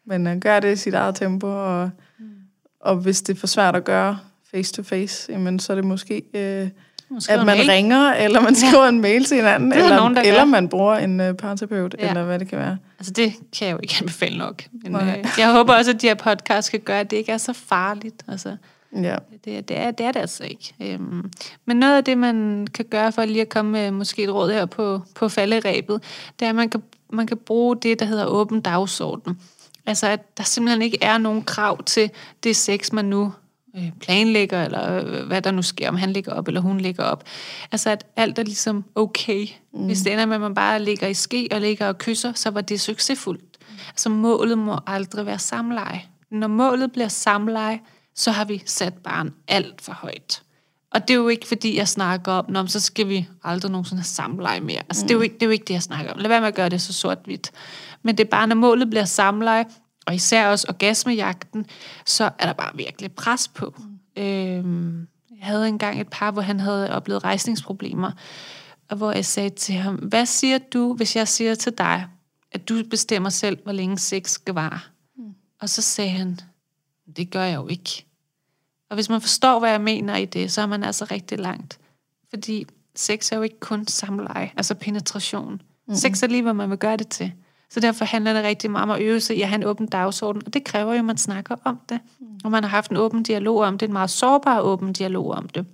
Men gør det i sit eget tempo, og hvis det er for svært at gøre face to face, jamen, så er det måske at man ringer, eller man skriver en mail til hinanden, eller man bruger en parterapeut, eller hvad det kan være. Altså det kan jeg jo ikke anbefale nok. Men, jeg håber også, at de her podcasts kan gøre, at det ikke er så farligt. Altså, det er det altså ikke. Men noget af det, man kan gøre for lige at komme med måske et råd her på falderebet, det er, at man kan bruge det, der hedder åben dagsorden. Altså at der simpelthen ikke er nogen krav til det sex, man nu planlægger, eller hvad der nu sker, om han ligger op, eller hun ligger op. Altså, at alt er ligesom okay. Hvis det ender med, at man bare ligger i ske og ligger og kysser, så var det succesfuldt. Altså, målet må aldrig være samleje. Når målet bliver samleje, så har vi sat barn alt for højt. Og det er jo ikke, fordi jeg snakker om, så skal vi aldrig nogensinde have samleje mere. Altså, det er jo ikke det, jeg snakker om. Lad være med at gøre det så sort-hvidt. Men det er bare, når målet bliver samleje, og især også orgasmejagten, så er der bare virkelig pres på. Jeg havde engang et par, hvor han havde oplevet rejsningsproblemer, og hvor jeg sagde til ham, hvad siger du, hvis jeg siger til dig, at du bestemmer selv, hvor længe sex skal vare? Og så sagde han, det gør jeg jo ikke. Og hvis man forstår, hvad jeg mener i det, så er man altså rigtig langt. Fordi sex er jo ikke kun samleje, altså penetration. Sex er lige, hvad man vil gøre det til. Så derfor handler det rigtig meget om at øve sig i at have en åben dagsorden, og det kræver jo, at man snakker om det. Og man har haft en åben dialog om det, en meget sårbar åben dialog om det.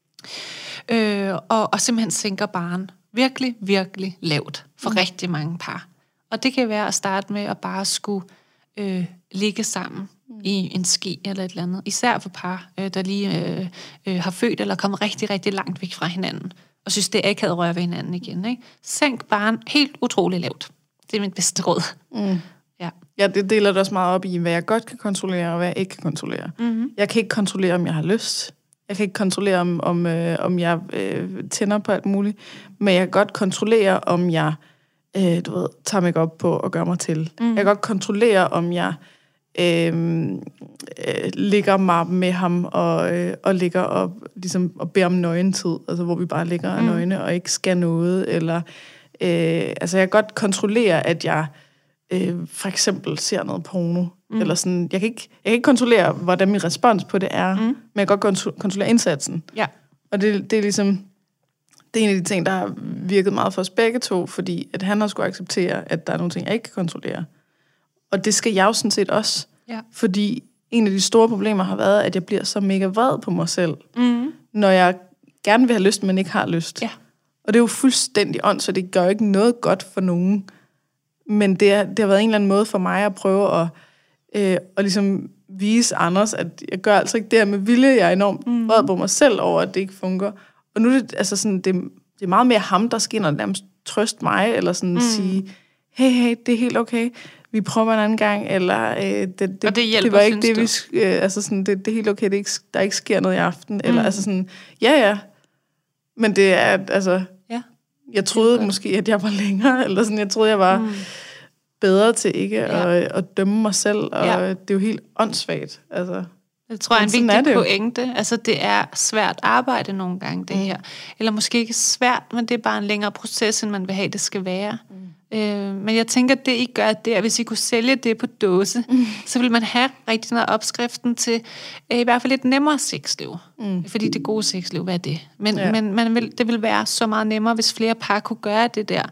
Og simpelthen sænker barren virkelig, virkelig lavt for rigtig mange par. Og det kan være at starte med at bare skulle ligge sammen i en ski eller et eller andet. Især for par, der lige har født eller kommet rigtig, rigtig langt væk fra hinanden, og synes, det ikke havde rørt ved hinanden igen. Ikke? Sænk barren helt utroligt lavt. Det er mit bedste råd. Ja, det deler det også meget op i, hvad jeg godt kan kontrollere, og hvad jeg ikke kan kontrollere. Jeg kan ikke kontrollere, om jeg har lyst. Jeg kan ikke kontrollere, om jeg tænder på alt muligt. Men jeg kan godt kontrollere, om jeg tager mig op på og gør mig til. Jeg kan godt kontrollere, om jeg ligger mig med ham og ligger og, ligesom, og beder om nøgentid. Altså, hvor vi bare ligger nøgne og ikke skal noget. Eller, altså, jeg kan godt kontrollere, at jeg for eksempel ser noget porno. Eller sådan. Jeg kan ikke kontrollere, hvordan min respons på det er, men jeg kan godt kontrollere indsatsen. Ja. Og det er ligesom, det er en af de ting, der har virket meget for os begge to, fordi at han har skulle acceptere, at der er nogle ting, jeg ikke kan kontrollere. Og det skal jeg jo sådan set også. Ja. Fordi en af de store problemer har været, at jeg bliver så mega vred på mig selv, når jeg gerne vil have lyst, men ikke har lyst. Ja. Og det er jo fuldstændig så det gør jo ikke noget godt for nogen. Men det har været en eller anden måde for mig at prøve at ligesom vise Anders, at jeg gør altså ikke det her med vilje. Jeg er enormt vred på mig selv over, at det ikke fungerer. Og nu er det, altså sådan, det er meget mere ham, der skal ind og nærmest trøste mig, eller sådan sige, hey, det er helt okay, vi prøver en anden gang, eller det var ikke det, vi... altså sådan, det er helt okay, der ikke sker noget i aften, eller altså sådan, ja, men det er, altså... Jeg troede måske, at jeg var længere, eller sådan, jeg troede, jeg var bedre til ikke at dømme mig selv, og det er jo helt åndssvagt. Altså, det tror jeg er en vigtig pointe. Altså, det er svært arbejde nogle gange, det her. Eller måske ikke svært, men det er bare en længere proces, end man vil have, det skal være. Men jeg tænker, at det I gør der, hvis I kunne sælge det på dåse, så vil man have rigtig noget opskriften til i hvert fald et nemmere sexliv. Fordi det gode sexliv, hvad er det? Men det vil være så meget nemmere, hvis flere par kunne gøre det der.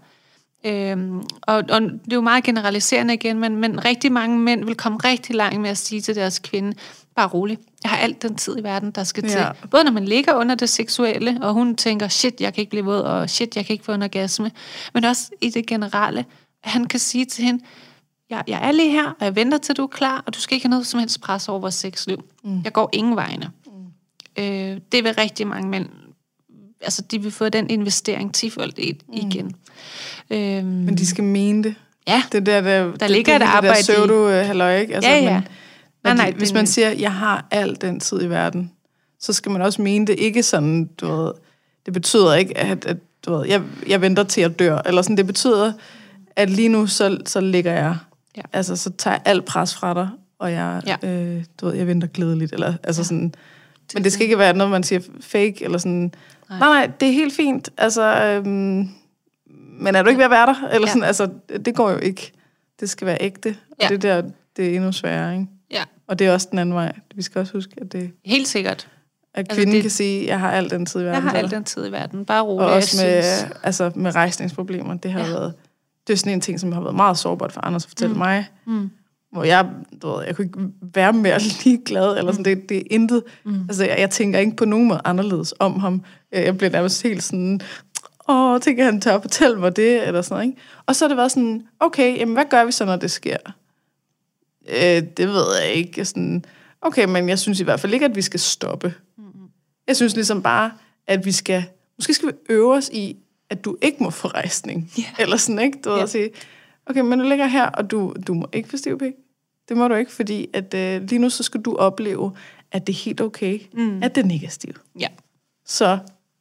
Og det er jo meget generaliserende igen, men rigtig mange mænd vil komme rigtig langt med at sige til deres kvinde, bare rolig, jeg har alt den tid i verden, der skal til. Både når man ligger under det seksuelle, og hun tænker, shit, jeg kan ikke blive våd, og shit, jeg kan ikke få en orgasme, men også i det generelle. Han kan sige til hende, jeg er lige her, og jeg venter til du er klar, og du skal ikke have noget som helst pres over vores sexliv. Jeg går ingen vegne. Det vil rigtig mange mænd, altså de vil få den investering 10-fold igen. Men de skal mene det. Ja, der ligger et arbejde i. Det der pseudo-halløj, ikke? Altså, ja. Hvis man siger, jeg har al den tid i verden, så skal man også mene det. Ikke sådan, du ved, det betyder ikke, at du ved, jeg venter til at dør. Eller sådan, det betyder, at lige nu, så ligger jeg. Ja. Altså, så tager jeg alt pres fra dig, og jeg, du ved, jeg venter glædeligt. Eller, altså sådan, men det skal ikke være noget, man siger fake, eller sådan. Nej, det er helt fint. Altså, men er du ikke ved at være der? Eller sådan, altså, det går jo ikke. Det skal være ægte. Og det der det er endnu sværere, ikke? Ja. Og det er også den anden vej. Vi skal også huske, at det... Helt sikkert. At kvinden kan sige, jeg har al den tid i verden. Jeg har al den tid i verden. Bare roligt. Og også med rejsningsproblemer. Det har været... Det er sådan en ting, som har været meget sårbart for Anders at fortælle mig. Hvor jeg kunne ikke være mere ligeglad, eller sådan, det er intet. Altså, jeg tænker ikke på nogen måde anderledes om ham. Jeg bliver nærmest helt sådan, tænker han tør at fortælle mig det, eller sådan noget, ikke? Og så har det været sådan, okay, jamen, hvad gør vi så, når det sker? Det ved jeg ikke. Sådan, okay, men jeg synes i hvert fald ikke, at vi skal stoppe. Jeg synes ligesom bare, at måske skal vi øve os i, at du ikke må få rejsning. Yeah. Eller sådan, ikke? Du ved at sige, okay, men du ligger her, og du må ikke få stivpik. Det må du ikke, fordi at lige nu så skal du opleve, at det er helt okay, at det ikke er stiv. Ja. Så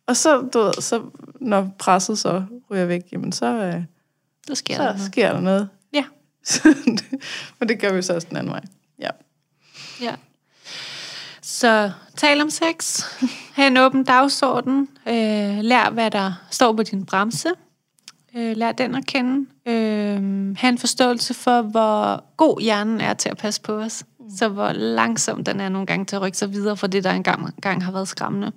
når presset så ryger væk, jamen så sker der noget. Ja. Og det gør vi så også den anden vej. Ja. Ja. Så tal om sex. Ha' en åben dagsorden. Lær, hvad der står på din bremse. Lær den at kende. Ha' en forståelse for, hvor god hjernen er til at passe på os. Så hvor langsomt den er nogle gange til at rykke sig videre fra det, der engang har været skræmmende.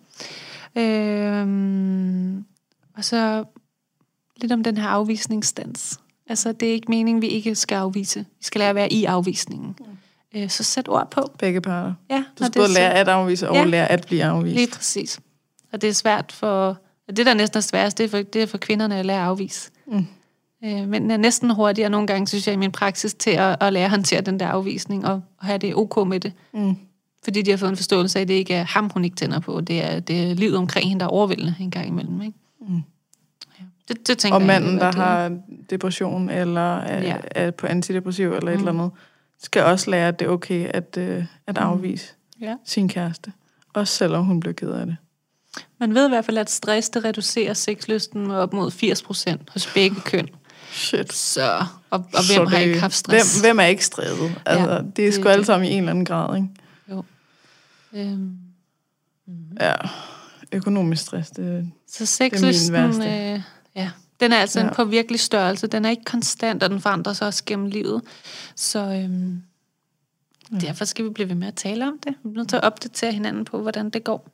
Og så lidt om den her afvisningsstans. Altså, det er ikke meningen, vi ikke skal afvise. Vi skal lære at være i afvisningen. Så sæt ord på. Begge parter. Ja, du skal både lære at afvise og lære at blive afvist. Lige præcis. Og det er svært for... Det, der næsten er sværest, det er for kvinderne at lære at afvise. Men er næsten hurtigere nogle gange, synes jeg, i min praksis, til at lære at håndtere den der afvisning, og have det ok med det. Fordi de har fået en forståelse af, at det ikke er ham, hun ikke tænder på. Det er livet omkring hende, der er overvældende en gang imellem. Ikke? Ja. Det tænker og manden, jeg, der har depression, eller er på antidepressiv, eller et eller andet, skal også lære, at det er okay at afvise sin kæreste. Også selvom hun bliver ked af det. Man ved i hvert fald, at stress, det reducerer sexlysten med op mod 80% hos begge køn. Shit. Så, og hvem har ikke haft stress? Hvem er ikke stresset? Altså, det er sgu alle sammen i en eller anden grad, ikke? Jo. Ja, økonomisk stress, så sexlysten, det er min værste. Den er altså en påvirkelig størrelse. Den er ikke konstant, og den forandrer sig også gennem livet. Så derfor skal vi blive ved med at tale om det. Vi er nødt til at opdatere hinanden på, hvordan det går.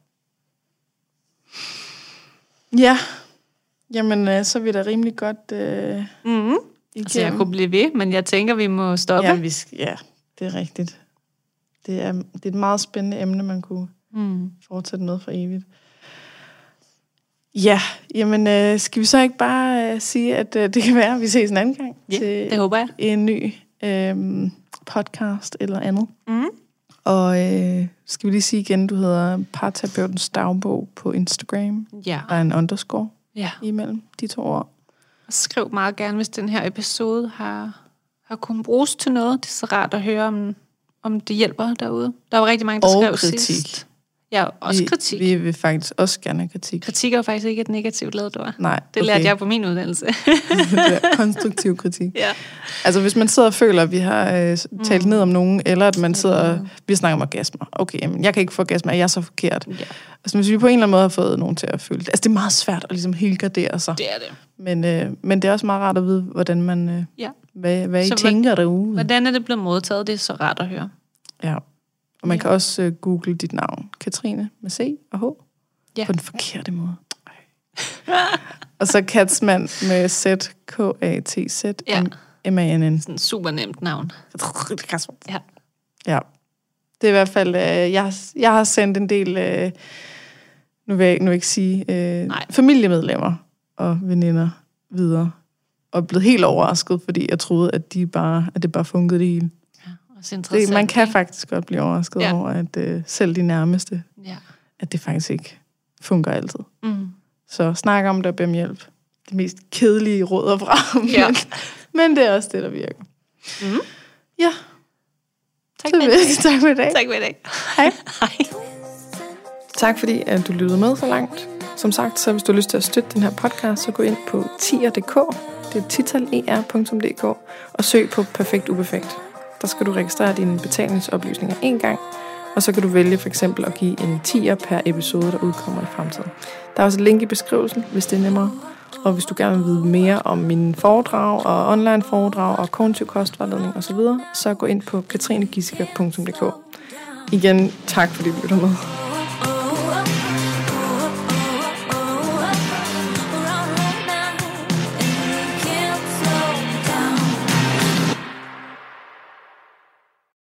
Ja, jamen så er vi da rimelig godt altså, jeg kunne blive ved, men jeg tænker, vi må stoppe. Ja, det er rigtigt. Det er et meget spændende emne, man kunne fortsætte med for evigt. Ja, jamen skal vi så ikke bare sige, at det kan være, at vi ses en anden gang til det håber jeg. En ny podcast eller andet. Og skal vi lige sige igen, du hedder Parterapeutens Dagbog på Instagram. Ja. Der er en underscore imellem de 2 ord. Skriv meget gerne, hvis den her episode har kunnet bruges til noget. Det er så rart at høre, om det hjælper derude. Der var rigtig mange, der skrev kritik. Sidst. Ja, også kritik. Vi vil faktisk også gerne have kritik. Kritik er jo faktisk ikke et negativt lavet ord. Nej, det lærte jeg på min uddannelse. Konstruktiv kritik. Ja. Altså, hvis man sidder og føler, at vi har talt ned om nogen, eller at man sidder og... Vi snakker om orgasmer. Okay, jamen, jeg kan ikke få orgasmer, er jeg så forkert? Ja. Altså, hvis vi på en eller anden måde har fået nogen til at føle det. Altså, det er meget svært at ligesom helgardere sig. Det er det. Men det er også meget rart at vide, hvordan man... Hvad I tænker derude. Hvordan er det blevet modtaget? Det er så rart at høre. Ja. Og man kan også google dit navn. Katrine med C og H. På den forkerte måde. Og så Katzmann med Z, K-A-T-Z, M-A-N-N. Sådan et super nemt navn. Ja. Ja. Det er i hvert fald, jeg har sendt en del, nu vil jeg ikke sige, familiemedlemmer og veninder videre. Og blevet helt overrasket, fordi jeg troede, at det bare funkede det hele. Man kan faktisk godt blive overrasket over, at selv de nærmeste, at det faktisk ikke fungerer altid. Så snak om det og bed om hjælp. Det mest kedelige råd og vrag, men det er også det, der virker. Ja. Tak for i dag. Tak for i dag. Hej. Hej. Tak fordi, at du lyttede med så langt. Som sagt, så hvis du har lyst til at støtte den her podcast, så gå ind på tier.dk. Det er titaler.dk og søg på Perfekt Uperfekt. Der skal du registrere dine betalingsoplysninger 1 gang, og så kan du vælge for eksempel at give en 10'er per episode, der udkommer i fremtiden. Der er også et link i beskrivelsen, hvis det er nemmere. Og hvis du gerne vil vide mere om mine foredrag og online foredrag og kognitiv kostvejledning osv., så gå ind på katrinegissiker.dk. Igen, tak fordi du lytter med.